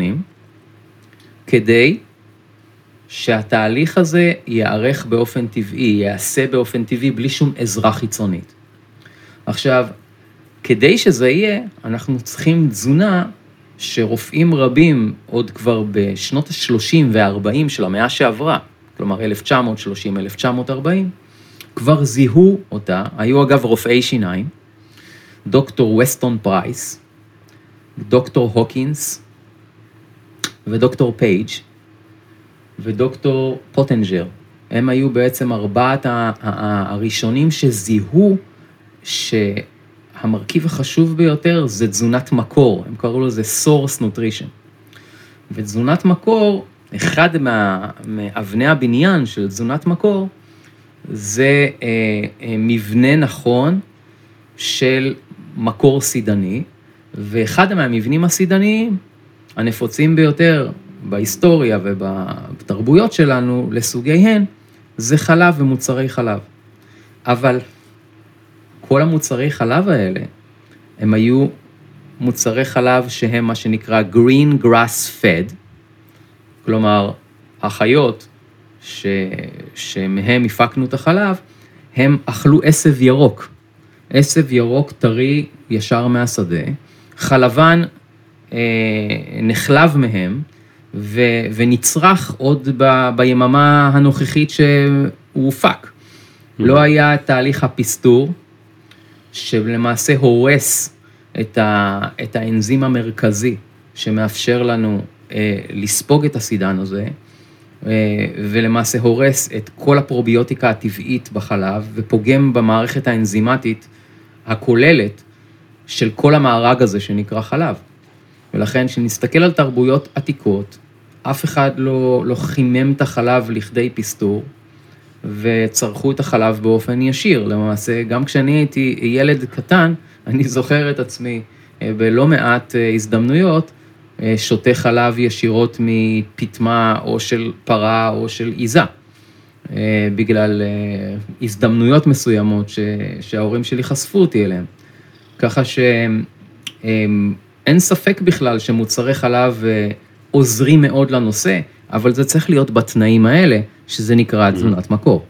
כדי שהתהליך הזה יערך באופן טבעי, יעשה באופן טבעי בלי שום עזרה חיצונית. עכשיו, כדי שזה יהיה, אנחנו צריכים תזונה שרופאים רבים עוד כבר בשנות ה-30 וה-40 של המאה שעברה, כלומר 1930-1940, כבר זיהו אותה, היו אגב רופאי שיניים, דוקטור וסטון פרייס, דוקטור הוקינס ודוקטור פייג' ודוקטור פוטנג'ר. הם היו בעצם ארבעת הראשונים שזיהו שהמרכיב החשוב ביותר זה תזונת מקור, הם קראו לזה source nutrition. ותזונת מקור, אחד מאבני הבניין של תזונת מקור, זה מבנה נכון של מקור סידני, ואחד מהמבנים הסידניים הנפוצים ביותר בהיסטוריה ובתרבויות שלנו לסוגיהן, זה חלב ומוצרי חלב. אבל כל המוצרי חלב האלה, הם היו מוצרי חלב שהם מה שנקרא green grass fed, כלומר, החיות שמהם הפקנו את החלב, הם אכלו עשב ירוק. עשב ירוק טרי ישר מהשדה, חלבן נחלב מהם, ונצרך עוד ביממה הנוכחית שהוא הופק. לא היה תהליך הפסטור, שלמעשה הורס את האנזים המרכזי, שמאפשר לנו לספוג את הסידן הזה, ולמעשה הורס את כל הפרוביוטיקה הטבעית בחלב, ופוגם במערכת האנזימטית הכוללת של כל המארג הזה שנקרא חלב. ולכן, שנסתכל על תרבויות עתיקות, אף אחד לא חימם את החלב לכדי פסטור, וצרכו את החלב באופן ישיר. למעשה, גם כשאני הייתי ילד קטן, אני זוכר את עצמי בלא מעט הזדמנויות, שותה חלב ישירות מפטמה או של פרה או של עיזה, בגלל הזדמנויות מסוימות שההורים שלי חשפו אותי אליהם. ככה שאין ספק בכלל שמוצרי חלב עוזרים מאוד לנושא, אבל זה צריך להיות בתנאים האלה, שזה נקרא תזונת מקור.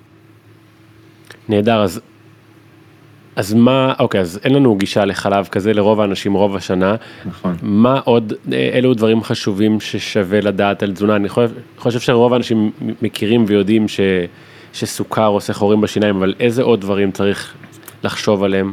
נהדר, אז מה, אוקיי, אז אין לנו גישה לחלב כזה לרוב האנשים רוב השנה. נכון. מה עוד, אלו דברים חשובים ששווה לדעת על תזונה? אני חושב שרוב האנשים מכירים ויודעים שסוכר עושה חורים בשיניים, אבל איזה עוד דברים צריך לחשוב עליהם?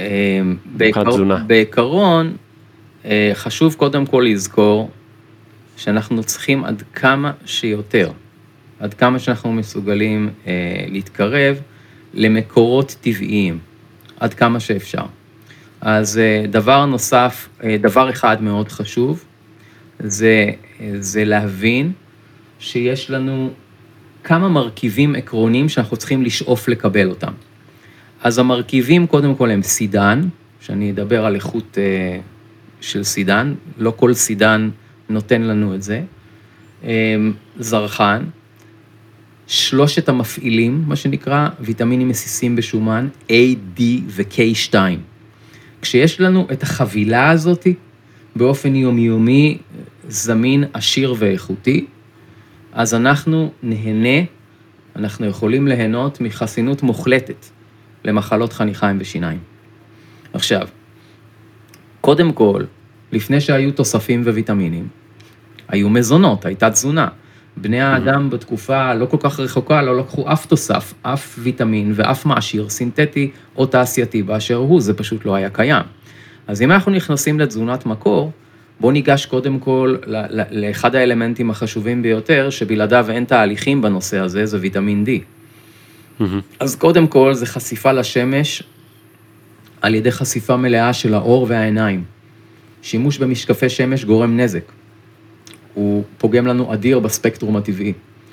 בעיקרון, חשוב קודם כל לזכור שאנחנו צריכים עד כמה שיותר, עד כמה שאנחנו מסוגלים להתקרב למקורות טבעיים, עד כמה שאפשר. אז דבר נוסף, דבר אחד מאוד חשוב, זה להבין שיש לנו כמה מרכיבים עקרוניים שאנחנו צריכים לשאוף לקבל אותם. אז המרכיבים קודם כל הם סידן, שאני אדבר על איכות של סידן, לא כל סידן נותן לנו את זה, זרחן, שלושת המפעילים, מה שנקרא, ויטמינים מסיסים בשומן, A, D ו-K2. כשיש לנו את החבילה הזאת, באופן יומיומי, זמין, עשיר ואיכותי, אז אנחנו יכולים ליהנות מחסינות מוחלטת למחלות חניכיים ושיניים. עכשיו, קודם כל, לפני שהיו תוספים וויטמינים, היו מזונות, הייתה תזונה. בני האדם בתקופה לא כל כך רחוקה, לא לקחו אף תוסף, אף ויטמין ואף מעשיר סינתטי או תעשייתי באשר הוא, זה פשוט לא היה קיים. אז אם אנחנו נכנסים לתזונת מקור, בואו ניגש קודם כל לאחד האלמנטים החשובים ביותר, שבלעדיו אין תהליכים בנושא הזה, זה ויטמין D. אז קודם כל זה חשיפה לשמש, על ידי חשיפה מלאה של האור והעיניים. שימוש במשקפי שמש גורם נזק. הוא פוגם לנו אדיר בספקטרום הטבעי.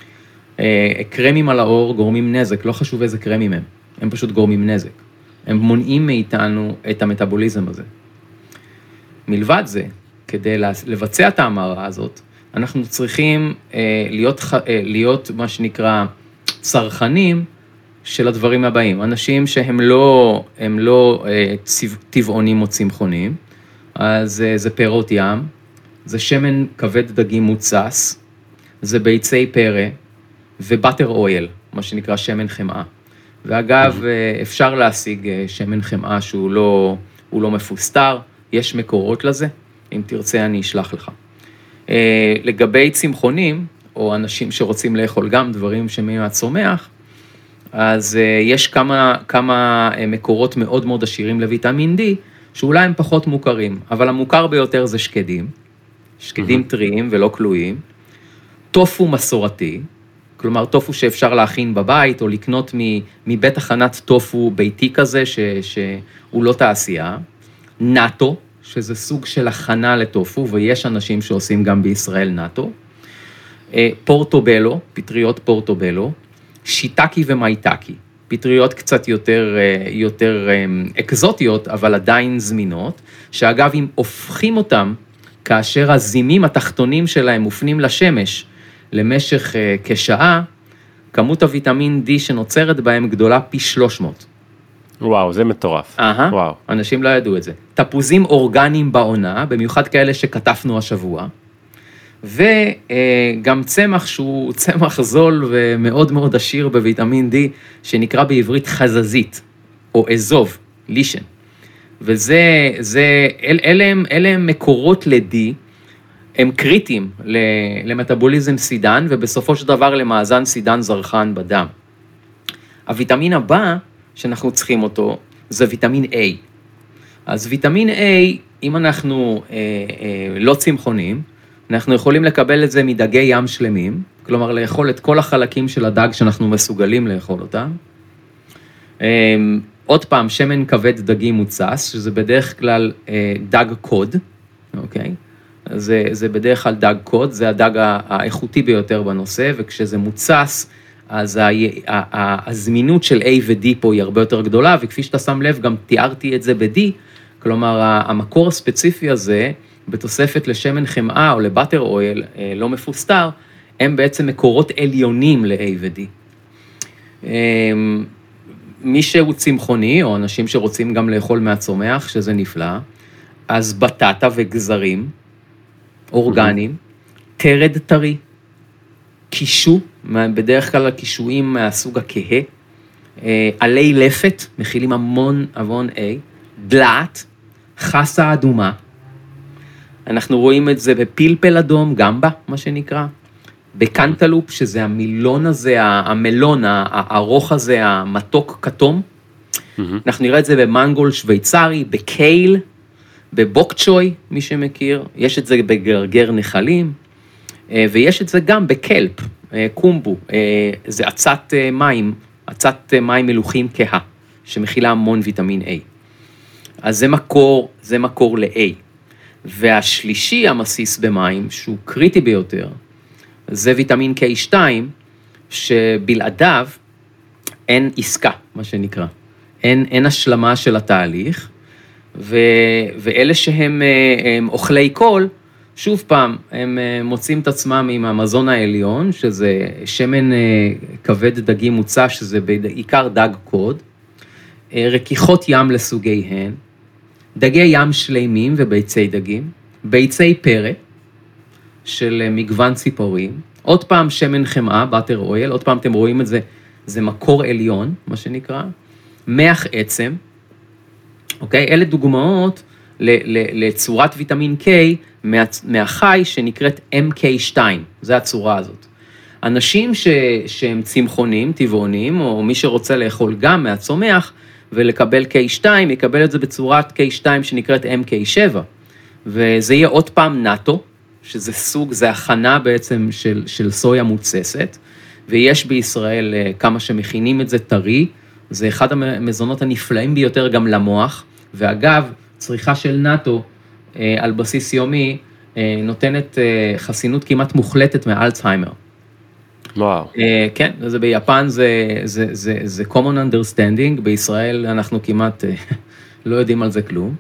קרמים על האור גורמים נזק, לא חשוב איזה קרמים הם פשוט גורמים נזק. הם מונעים מאיתנו את המטאבוליזם הזה. מלבד זה, כדי לבצע את ההמרה הזאת, אנחנו צריכים להיות מה שנקרא צרכנים של הדברים הבאים. אנשים שהם לא טבעונים או צמחונים, אז זה פירות ים, זה שמן כבד דגים מוצס, זה ביצי פרא ובטר אויל, מה שנקרא שמן חמאה. ואגב, אפשר להשיג שמן חמאה שהוא לא מפוסטר, יש מקורות לזה, אם תרצה אני אשלח לך. לגבי צמחונים, או אנשים שרוצים לאכול גם דברים מהצומח, אז יש כמה מקורות מאוד מאוד עשירים לויטמין D, שאולי הם פחות מוכרים, אבל המוכר ביותר זה שקדים טריים ולא כלואים, טופו מסורתי, כלומר טופו שאפשר להכין בבית, או לקנות מבית הכנת טופו ביתי כזה, שהוא לא תעשייה, נאטו, שזה סוג של הכנה לטופו, ויש אנשים שעושים גם בישראל נאטו, פורטובלו, פטריות פורטובלו, שיטקי ומייטקי, פטריות קצת יותר אקזוטיות, אבל עדיין זמינות, שאגב, אם הופכים אותם, כאשר הזימים התחתונים שלהם מופנים לשמש למשך כשעה, כמות הוויטמין D שנוצרת בהם גדולה פי 300. וואו, זה מטורף. וואו. אנשים לא ידעו את זה. תפוזים אורגניים בעונה, במיוחד כאלה שכתפנו השבוע, וגם צמח שהוא צמח זול ומאוד מאוד עשיר בוויטמין D, שנקרא בעברית חזזית, או אזוב, לישן. אלה הם מקורות ל-D, הם קריטיים למטאבוליזם סידן, ובסופו של דבר למאזן סידן זרחן בדם. הוויטמין הבא שאנחנו צריכים אותו, זה ויטמין A. אז ויטמין A, אם אנחנו לא צמחונים, אנחנו יכולים לקבל את זה מדגי ים שלמים, כלומר לאכול את כל החלקים של הדג שאנחנו מסוגלים לאכול אותם. עוד פעם, שמן כבד דגים מוצס, שזה בדרך כלל דג קוד, אוקיי? זה בדרך כלל דג קוד, זה הדג האיכותי ביותר בנושא, וכשזה מוצס, אז הזמינות של A ו-D פה היא הרבה יותר גדולה, וכפי שאתה שם לב, גם תיארתי את זה ב-D, כלומר, המקור הספציפי הזה, בתוספת לשמן חמאה או לבטר אויל לא מפוסטר, הם בעצם מקורות עליונים ל-A ו-D. מי שהוא צמחוני, או אנשים שרוצים גם לאכול מהצומח, שזה נפלא, אז בטטה וגזרים, אורגנים, תרד טרי, קישו, בדרך כלל הקישואים מהסוג הכהה, עלי לפת, מכילים המון אבון A, דלעת, חסה אדומה, אנחנו רואים את זה בפלפל אדום, גמבה, מה שנקרא, בקנטלופ, שזה המילון הזה, המלון, הארוך הזה, המתוק כתום, אנחנו נראה את זה במנגול שוויצרי, בקייל, בבוקצ'וי, מי שמכיר, יש את זה בגרגר נחלים, ויש את זה גם בקלפ, קומבו, זה עצת מים מלוחים כהה, שמכילה המון ויטמין A. אז זה מקור ל-A. והשלישי המסיס במים, שהוא קריטי ביותר, זה ויטמין K2, שבלעדיו אין עסקה, מה שנקרא. אין השלמה של התהליך, ואלה שהם אוכלי קול, שוב פעם, הם מוצאים את עצמם עם המזון העליון, שזה שמן כבד דגים מוצע, שזה בעיקר דג קוד, רכיכות ים לסוגיהן, דגי ים שלימים וביצי דגים, ביצי פרא של מגוון ציפורים, עוד פעם שמן חמאה, באטר אויל, עוד פעם אתם רואים את זה, זה מקור עליון, מה שנקרא, מח עצם, אוקיי? אלה דוגמאות לצורת ויטמין K מהחי שנקראת MK2, זה הצורה הזאת. אנשים שהם צמחונים, טבעונים, או מי שרוצה לאכול גם מהצומח, ולקבל K2, יקבל את זה בצורת K2 שנקראת MK7, וזה יהיה עוד פעם נאטו, שזה סוג, זה הכנה בעצם של סויה מוצסת, ויש בישראל כמה שמכינים את זה טרי, זה אחד המזונות הנפלאים ביותר גם למוח, ואגב, צריכה של נאטו על בסיס יומי, נותנת חסינות כמעט מוחלטת מאלצהיימר. וואו. כן, זה ביפן זה common understanding, בישראל אנחנו כמעט לא יודעים על זה כלום.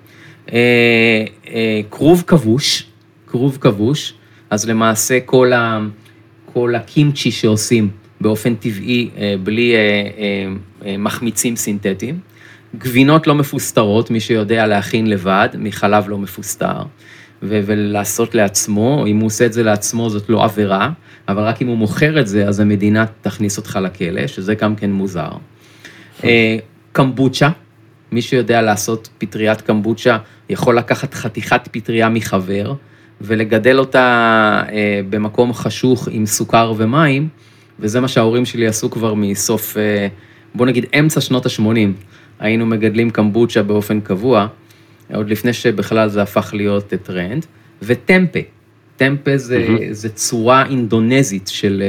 כרוב כבוש, אז למעשה כל הקימצ'י שעושים באופן טבעי, בלי מחמיצים סינתטיים, גבינות לא מפוסטרות, מי שיודע להכין לבד, מחלב לא מפוסטר, ולעשות לעצמו, אם הוא עושה את זה לעצמו זאת לא עבירה, אבל רק אם הוא מוכר את זה, אז המדינה תכניס אותך לכלא, שזה גם כן מוזר. קמבוצ'ה, מי שיודע לעשות פטריית קמבוצ'ה, יכול לקחת חתיכת פטריה מחבר, ולגדל אותה במקום חשוך עם סוכר ומים, וזה מה שההורים שלי עשו כבר מסוף, בוא נגיד, אמצע שנות ה-80, היינו מגדלים קמבוצ'ה באופן קבוע, עוד לפני שבכלל זה הפך להיות טרנד, וטמפה. טמפה זה צורה אינדונזית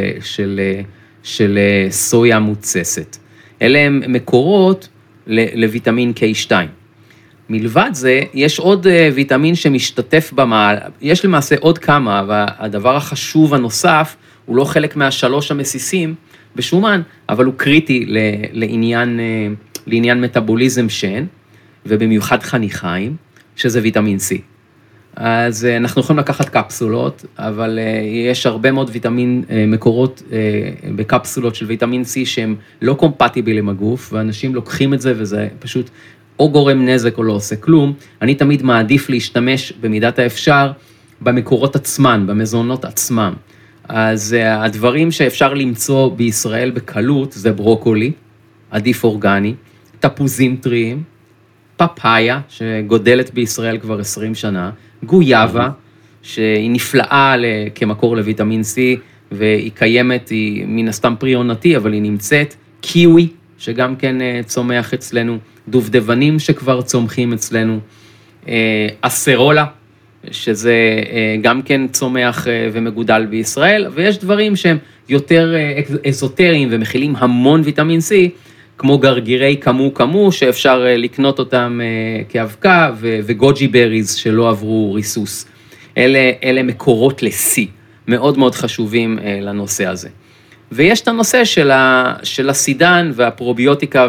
של סויה מוצסת. אלה הם מקורות לויטמין K2. מלבד זה, יש עוד ויטמין שמשתתף במעל, יש למעשה עוד כמה, והדבר החשוב הנוסף, הוא לא חלק מהשלוש המסיסים בשומן, אבל הוא קריטי לעניין מטאבוליזם שן, ובמיוחד חניכיים, שזה ויטמין C. אז אנחנו יכולים לקחת קפסולות, אבל יש הרבה מאוד מקורות בקפסולות של ויטמין C שהם לא קומפטיבל עם הגוף, ואנשים לוקחים את זה וזה פשוט או גורם נזק או לא עושה כלום. אני תמיד מעדיף להשתמש במידת האפשר במקורות עצמן, במזונות עצמם. אז הדברים שאפשר למצוא בישראל בקלות זה ברוקולי, עדיף אורגני, תפוזים טריים, פפאיה שגודלת בישראל כבר 20 שנה, גויאבה שהיא נפלאה כמקור לויטמין C והיא קיימת, היא מן הסתם פרי עונתי אבל היא נמצאת, קיווי שגם כן צומח אצלנו, דובדבנים שכבר צומחים אצלנו, אסרולה שזה גם כן צומח ומגודל בישראל, ויש דברים שהם יותר אזוטריים ומכילים המון ויטמין C, כמו גרגירי כמו שאפשר לקנות אותם כאבקה, וגוג'י בריז שלא עברו ריסוס. אלה מקורות ל-C, מאוד מאוד חשובים לנושא הזה. ויש את הנושא של הסידן והפרוביוטיקה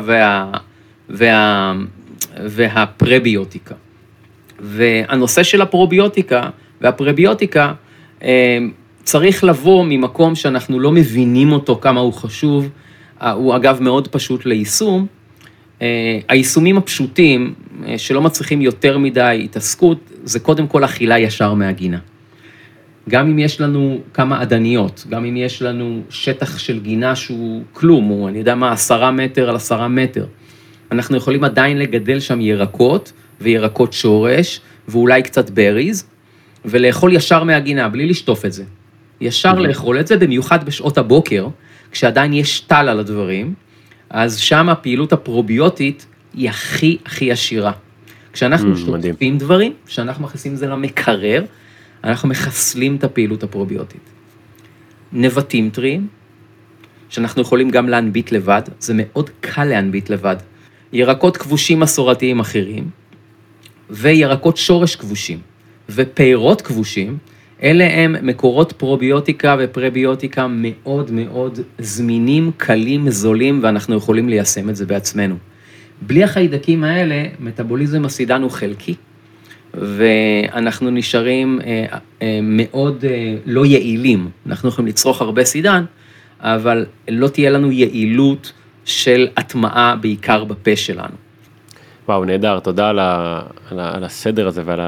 והפרביוטיקה. והנושא של הפרוביוטיקה והפרביוטיקה צריך לבוא ממקום שאנחנו לא מבינים אותו כמה הוא חשוב, הוא אגב מאוד פשוט ליישום. היישומים הפשוטים שלא מצריכים יותר מדי התעסקות, זה קודם כל אכילה ישר מהגינה. גם אם יש לנו כמה עדניות, גם אם יש לנו שטח של גינה שהוא כלום, הוא, אני יודע מה, 10 מטר על 10 מטר, אנחנו יכולים עדיין לגדל שם ירקות וירקות שורש, ואולי קצת בריז, ולאכול ישר מהגינה, בלי לשטוף את זה. ישר לאכול את זה, במיוחד בשעות הבוקר, כשעדיין יש טל על הדברים, אז שם הפעילות הפרוביוטית היא הכי עשירה. כשאנחנו שטופים דברים, כשאנחנו מכניסים את זה למקרר, אנחנו מחסלים את הפעילות הפרוביוטית. נבטים טריים, שאנחנו יכולים גם להנביט לבד, זה מאוד קל להנביט לבד. ירקות כבושים מסורתיים אחרים, וירקות שורש כבושים, ופירות כבושים, אלה הם מקורות פרוביוטיקה ופרביוטיקה מאוד מאוד זמינים, קלים, זולים, ואנחנו יכולים ליישם את זה בעצמנו. בלי החיידקים האלה, מטאבוליזם הסידן הוא חלקי, ואנחנו נשארים מאוד לא יעילים. אנחנו יכולים לצרוך הרבה סידן, אבל לא תהיה לנו יעילות של הטמעה בעיקר בפה שלנו. וואו, נהדר, תודה על הסדר הזה ועל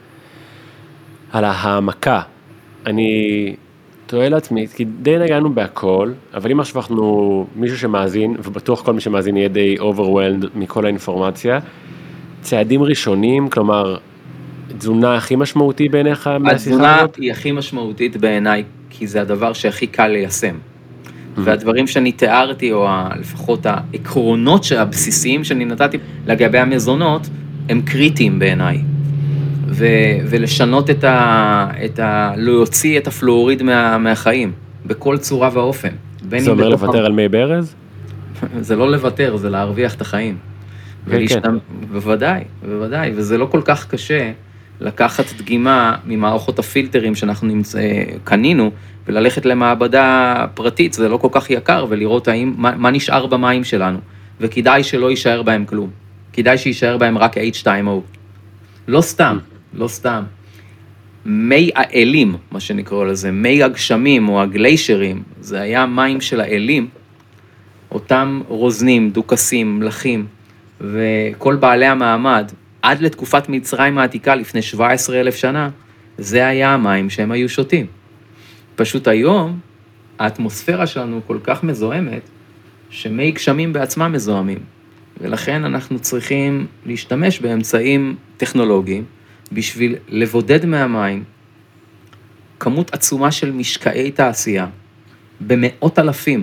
על ההעמקה. אני תוהה לעצמי, כי די נגענו בהכל, אבל אם עכשיו אנחנו מישהו שמאזין, ובטוח כל מי שמאזין יהיה די overwhelmed מכל האינפורמציה, צעדים ראשונים, כלומר, תזונה הכי משמעותי בעיניך מהשיחה הזאת? התזונה היא הכי משמעותית בעיניי, כי זה הדבר שהכי קל ליישם. והדברים שאני תיארתי, או לפחות העקרונות הבסיסיים שאני נתתי לגבי המזונות, הם קריטיים בעיניי. ולשנות להוציא את הפלואוריד מהחיים, בכל צורה ואופן. זה אומר לוותר על מי ברז? זה לא לוותר, זה להרוויח את החיים. בוודאי, בוודאי, וזה לא כל כך קשה לקחת דגימה ממערכות הפילטרים שאנחנו קנינו, וללכת למעבדה פרטית, זה לא כל כך יקר, ולראות מה נשאר במים שלנו, וכדאי שלא יישאר בהם כלום. כדאי שיישאר בהם רק H2O. לא סתם, לא סתם. מי האלים, מה שנקרא לזה, מי הגשמים או הגליישרים, זה היה מים של האלים, אותם רוזנים, דוקסים, מלחים, וכל בעלי המעמד, עד לתקופת מצרים העתיקה לפני 17,000 שנה, זה היה המים שהם היו שותים. פשוט היום, האטמוספירה שלנו כל כך מזוהמת, שמי גשמים בעצמם מזוהמים, ולכן אנחנו צריכים להשתמש באמצעים טכנולוגיים, בשביל לבודד מהמים כמות עצומה של משקעי תעשייה, במאות אלפים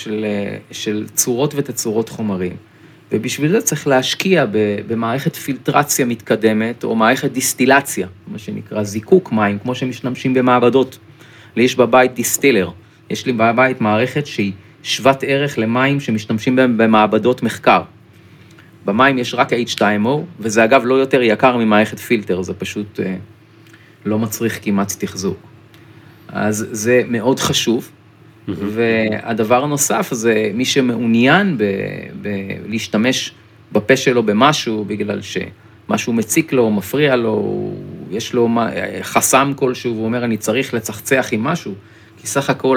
של צורות ותצורות חומרים, ובשביל זה צריך להשקיע במערכת פילטרציה מתקדמת, או מערכת דיסטילציה, מה שנקרא זיקוק מים, כמו שמשתמשים במעבדות. לי יש בבית דיסטילר, יש לי בבית מערכת שהיא שוות ערך למים שמשתמשים בהם במעבדות מחקר. במים יש רק H2O, וזה אגב לא יותר יקר ממערכת פילטר, זה פשוט לא מצריך כמעט תחזוק. אז זה מאוד חשוב, והדבר הנוסף זה מי שמעוניין להשתמש בפה שלו במשהו, בגלל שמשהו מציק לו, מפריע לו, יש לו חסם כלשהו, והוא אומר אני צריך לצחצח עם משהו, כי סך הכל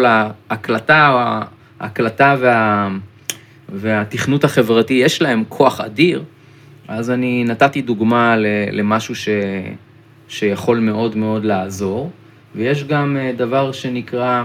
ההקלטה והתכנות החברתי יש להם כוח אדיר, אז אני נתתי דוגמה למשהו שיכול מאוד מאוד לעזור, ויש גם דבר שנקרא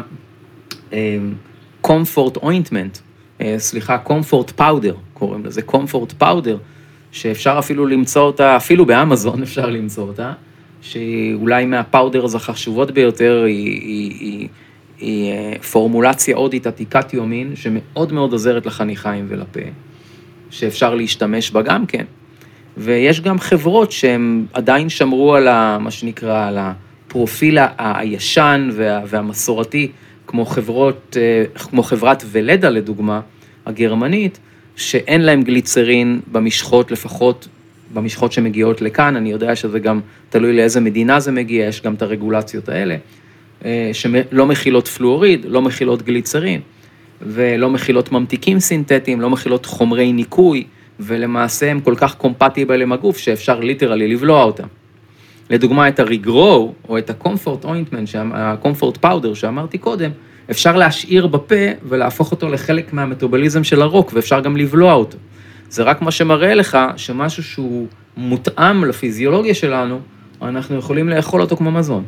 comfort ointment, comfort powder, קוראים לזה comfort powder, שאפשר אפילו למצוא אותה, אפילו באמזון אפשר למצוא אותה, שאולי מהפאודרס החשובות ביותר היא פורמולציה אודית עתיקת יומין, שמאוד מאוד עוזרת לחניכיים ולפה, שאפשר להשתמש בה גם כן. ויש גם חברות שהן עדיין שמרו על מה שנקרא, על הפרופיל הישן והמסורתי, כמו חברת ולדה לדוגמה, הגרמנית, שאין להם גליצרין במשחות, לפחות במשחות שמגיעות לכאן, אני יודע שזה גם תלוי לאיזה מדינה זה מגיע, יש גם את הרגולציות האלה, שלא מכילות פלואוריד, לא מכילות גליצרין, ולא מכילות ממתיקים סינתטיים, לא מכילות חומרי ניקוי, ולמעשה הם כל כך קומפטיבל עם הגוף, שאפשר ליטרלי לבלוע אותם. לדוגמה, את הריגרו, או את הקומפורט אוינטמנט, הקומפורט פאודר שאמרתי קודם, אפשר להשאיר בפה ולהפוך אותו לחלק מהמטאבוליזם של הרוק, ואפשר גם לבלוע אותו. זה רק מה שמראה לך שמשהו שהוא מותאם לפיזיולוגיה שלנו, אנחנו יכולים לאכול אותו כמו מזון.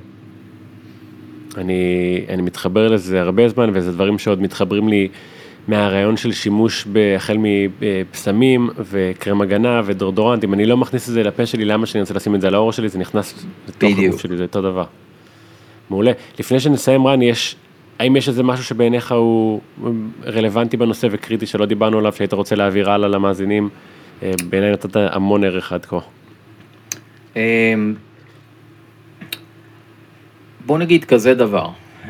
אני מתחבר לזה הרבה זמן, וזה דברים שעוד מתחברים לי מהרעיון של שימוש החל מפסמים וקרם הגנה ודורדורנט. אם אני לא מכניס את זה לפה שלי, למה שאני רוצה לשים את זה על האור שלי, זה נכנס לתוך הגוף שלי, זה אותו דבר. מעולה. לפני שנסיים, רן, האם יש איזה משהו שבעיניך הוא רלוונטי בנושא וקריטי שלא דיברנו עליו, שהיית רוצה להעביר הלאה למאזינים? בעיניי נתת המון ערך עד כה. בוא נגיד כזה דבר.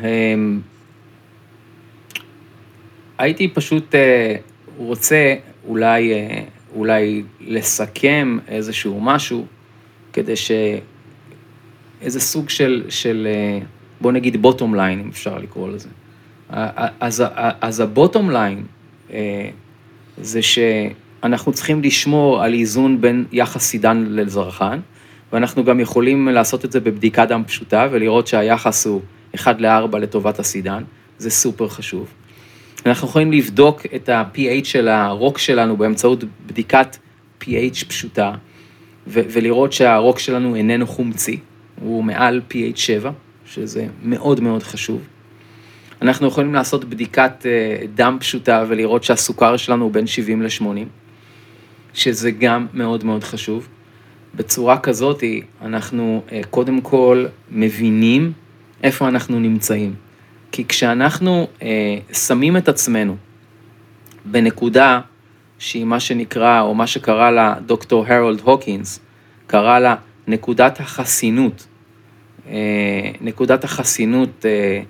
הייתי פשוט רוצה אולי לסכם איזשהו משהו, כדי איזה סוג של בוא נגיד bottom line, אם אפשר לקרוא לזה. אז ה-bottom line זה שאנחנו צריכים לשמור על איזון בין יחס סידן לזרחן, ואנחנו גם יכולים לעשות את זה בבדיקת דם פשוטה, ולראות שהיחס הוא 1:4 לטובת הסידן, זה סופר חשוב. אנחנו יכולים לבדוק את ה-pH של הרוק שלנו באמצעות בדיקת pH פשוטה, ולראות שהרוק שלנו איננו חומצי, הוא מעל pH 7, שזה מאוד מאוד חשוב. אנחנו יכולים לעשות בדיקת דם פשוטה ולראות שהסוכר שלנו הוא בין 70 ל-80, שזה גם מאוד מאוד חשוב. בצורה כזאת אנחנו קודם כל מבינים איפה אנחנו נמצאים. כי כשאנחנו שמים את עצמנו בנקודה שהיא מה שנקרא, או מה שקרא לה דוקטור הרולד הוקינס, קרא לה נקודת החסינות, נקודת החסינות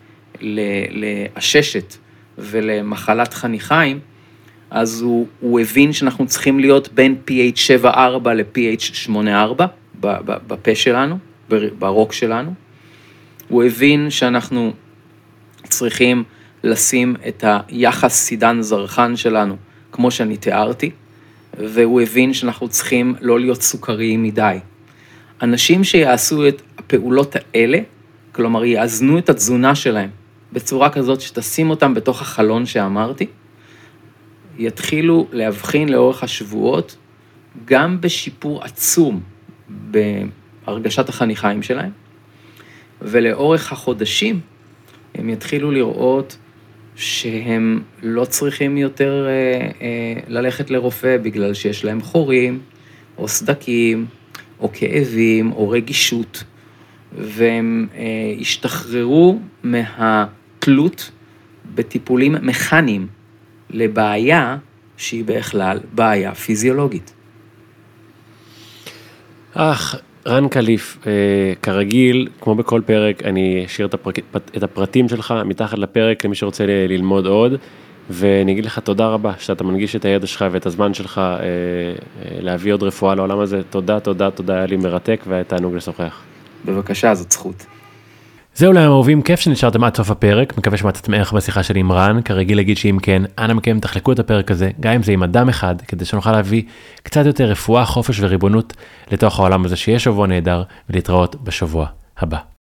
לעששת ולמחלת חניכיים, אז הוא הבין שאנחנו צריכים להיות בין pH 7.4 ל-pH 8.4 בפה שלנו, ברוק שלנו. הוא הבין שאנחנו צריכים לשים את היחס סידן זרחן שלנו, כמו שאני תיארתי, והוא הבין שאנחנו צריכים לא להיות סוכריים מדי. אנשים שיעשו את הפעולות האלה, כלומר יאזנו את התזונה שלהם, בצורה כזאת שתשים אותם בתוך החלון שאמרתי, יתחילו להבחין לאורך השבועות, גם בשיפור עצום בהרגשת החניכיים שלהם, ולאורך החודשים הם יתחילו לראות שהם לא צריכים יותר ללכת לרופא בגלל שיש להם חורים, או סדקים, או כאבים, או רגישות, והם השתחררו מהתלות בטיפולים מכניים לבעיה שהיא בכלל בעיה פיזיולוגית. רן קליף, כרגיל, כמו בכל פרק, אני אשאיר את הפרטים שלך מתחת לפרק למי שרוצה ללמוד עוד, ואני אגיד לך תודה רבה שאתה מנגיש את הידע שלך ואת הזמן שלך להביא עוד רפואה לעולם הזה. תודה, תודה, תודה, היה לי מרתק והיה תענוג לשוחח. בבקשה, זאת זכות. זהו להם אהובים, כיף שנשארתם עד סוף הפרק, מקווה שמצאתם ערך בשיחה שלי עם רן, כרגיל להגיד שאם כן, אנא מכם תחלקו את הפרק הזה, גם אם זה עם אדם אחד, כדי שנוכל להביא קצת יותר רפואה, חופש וריבונות לתוך העולם הזה, שיהיה שבוע נהדר, ולהתראות בשבוע הבא.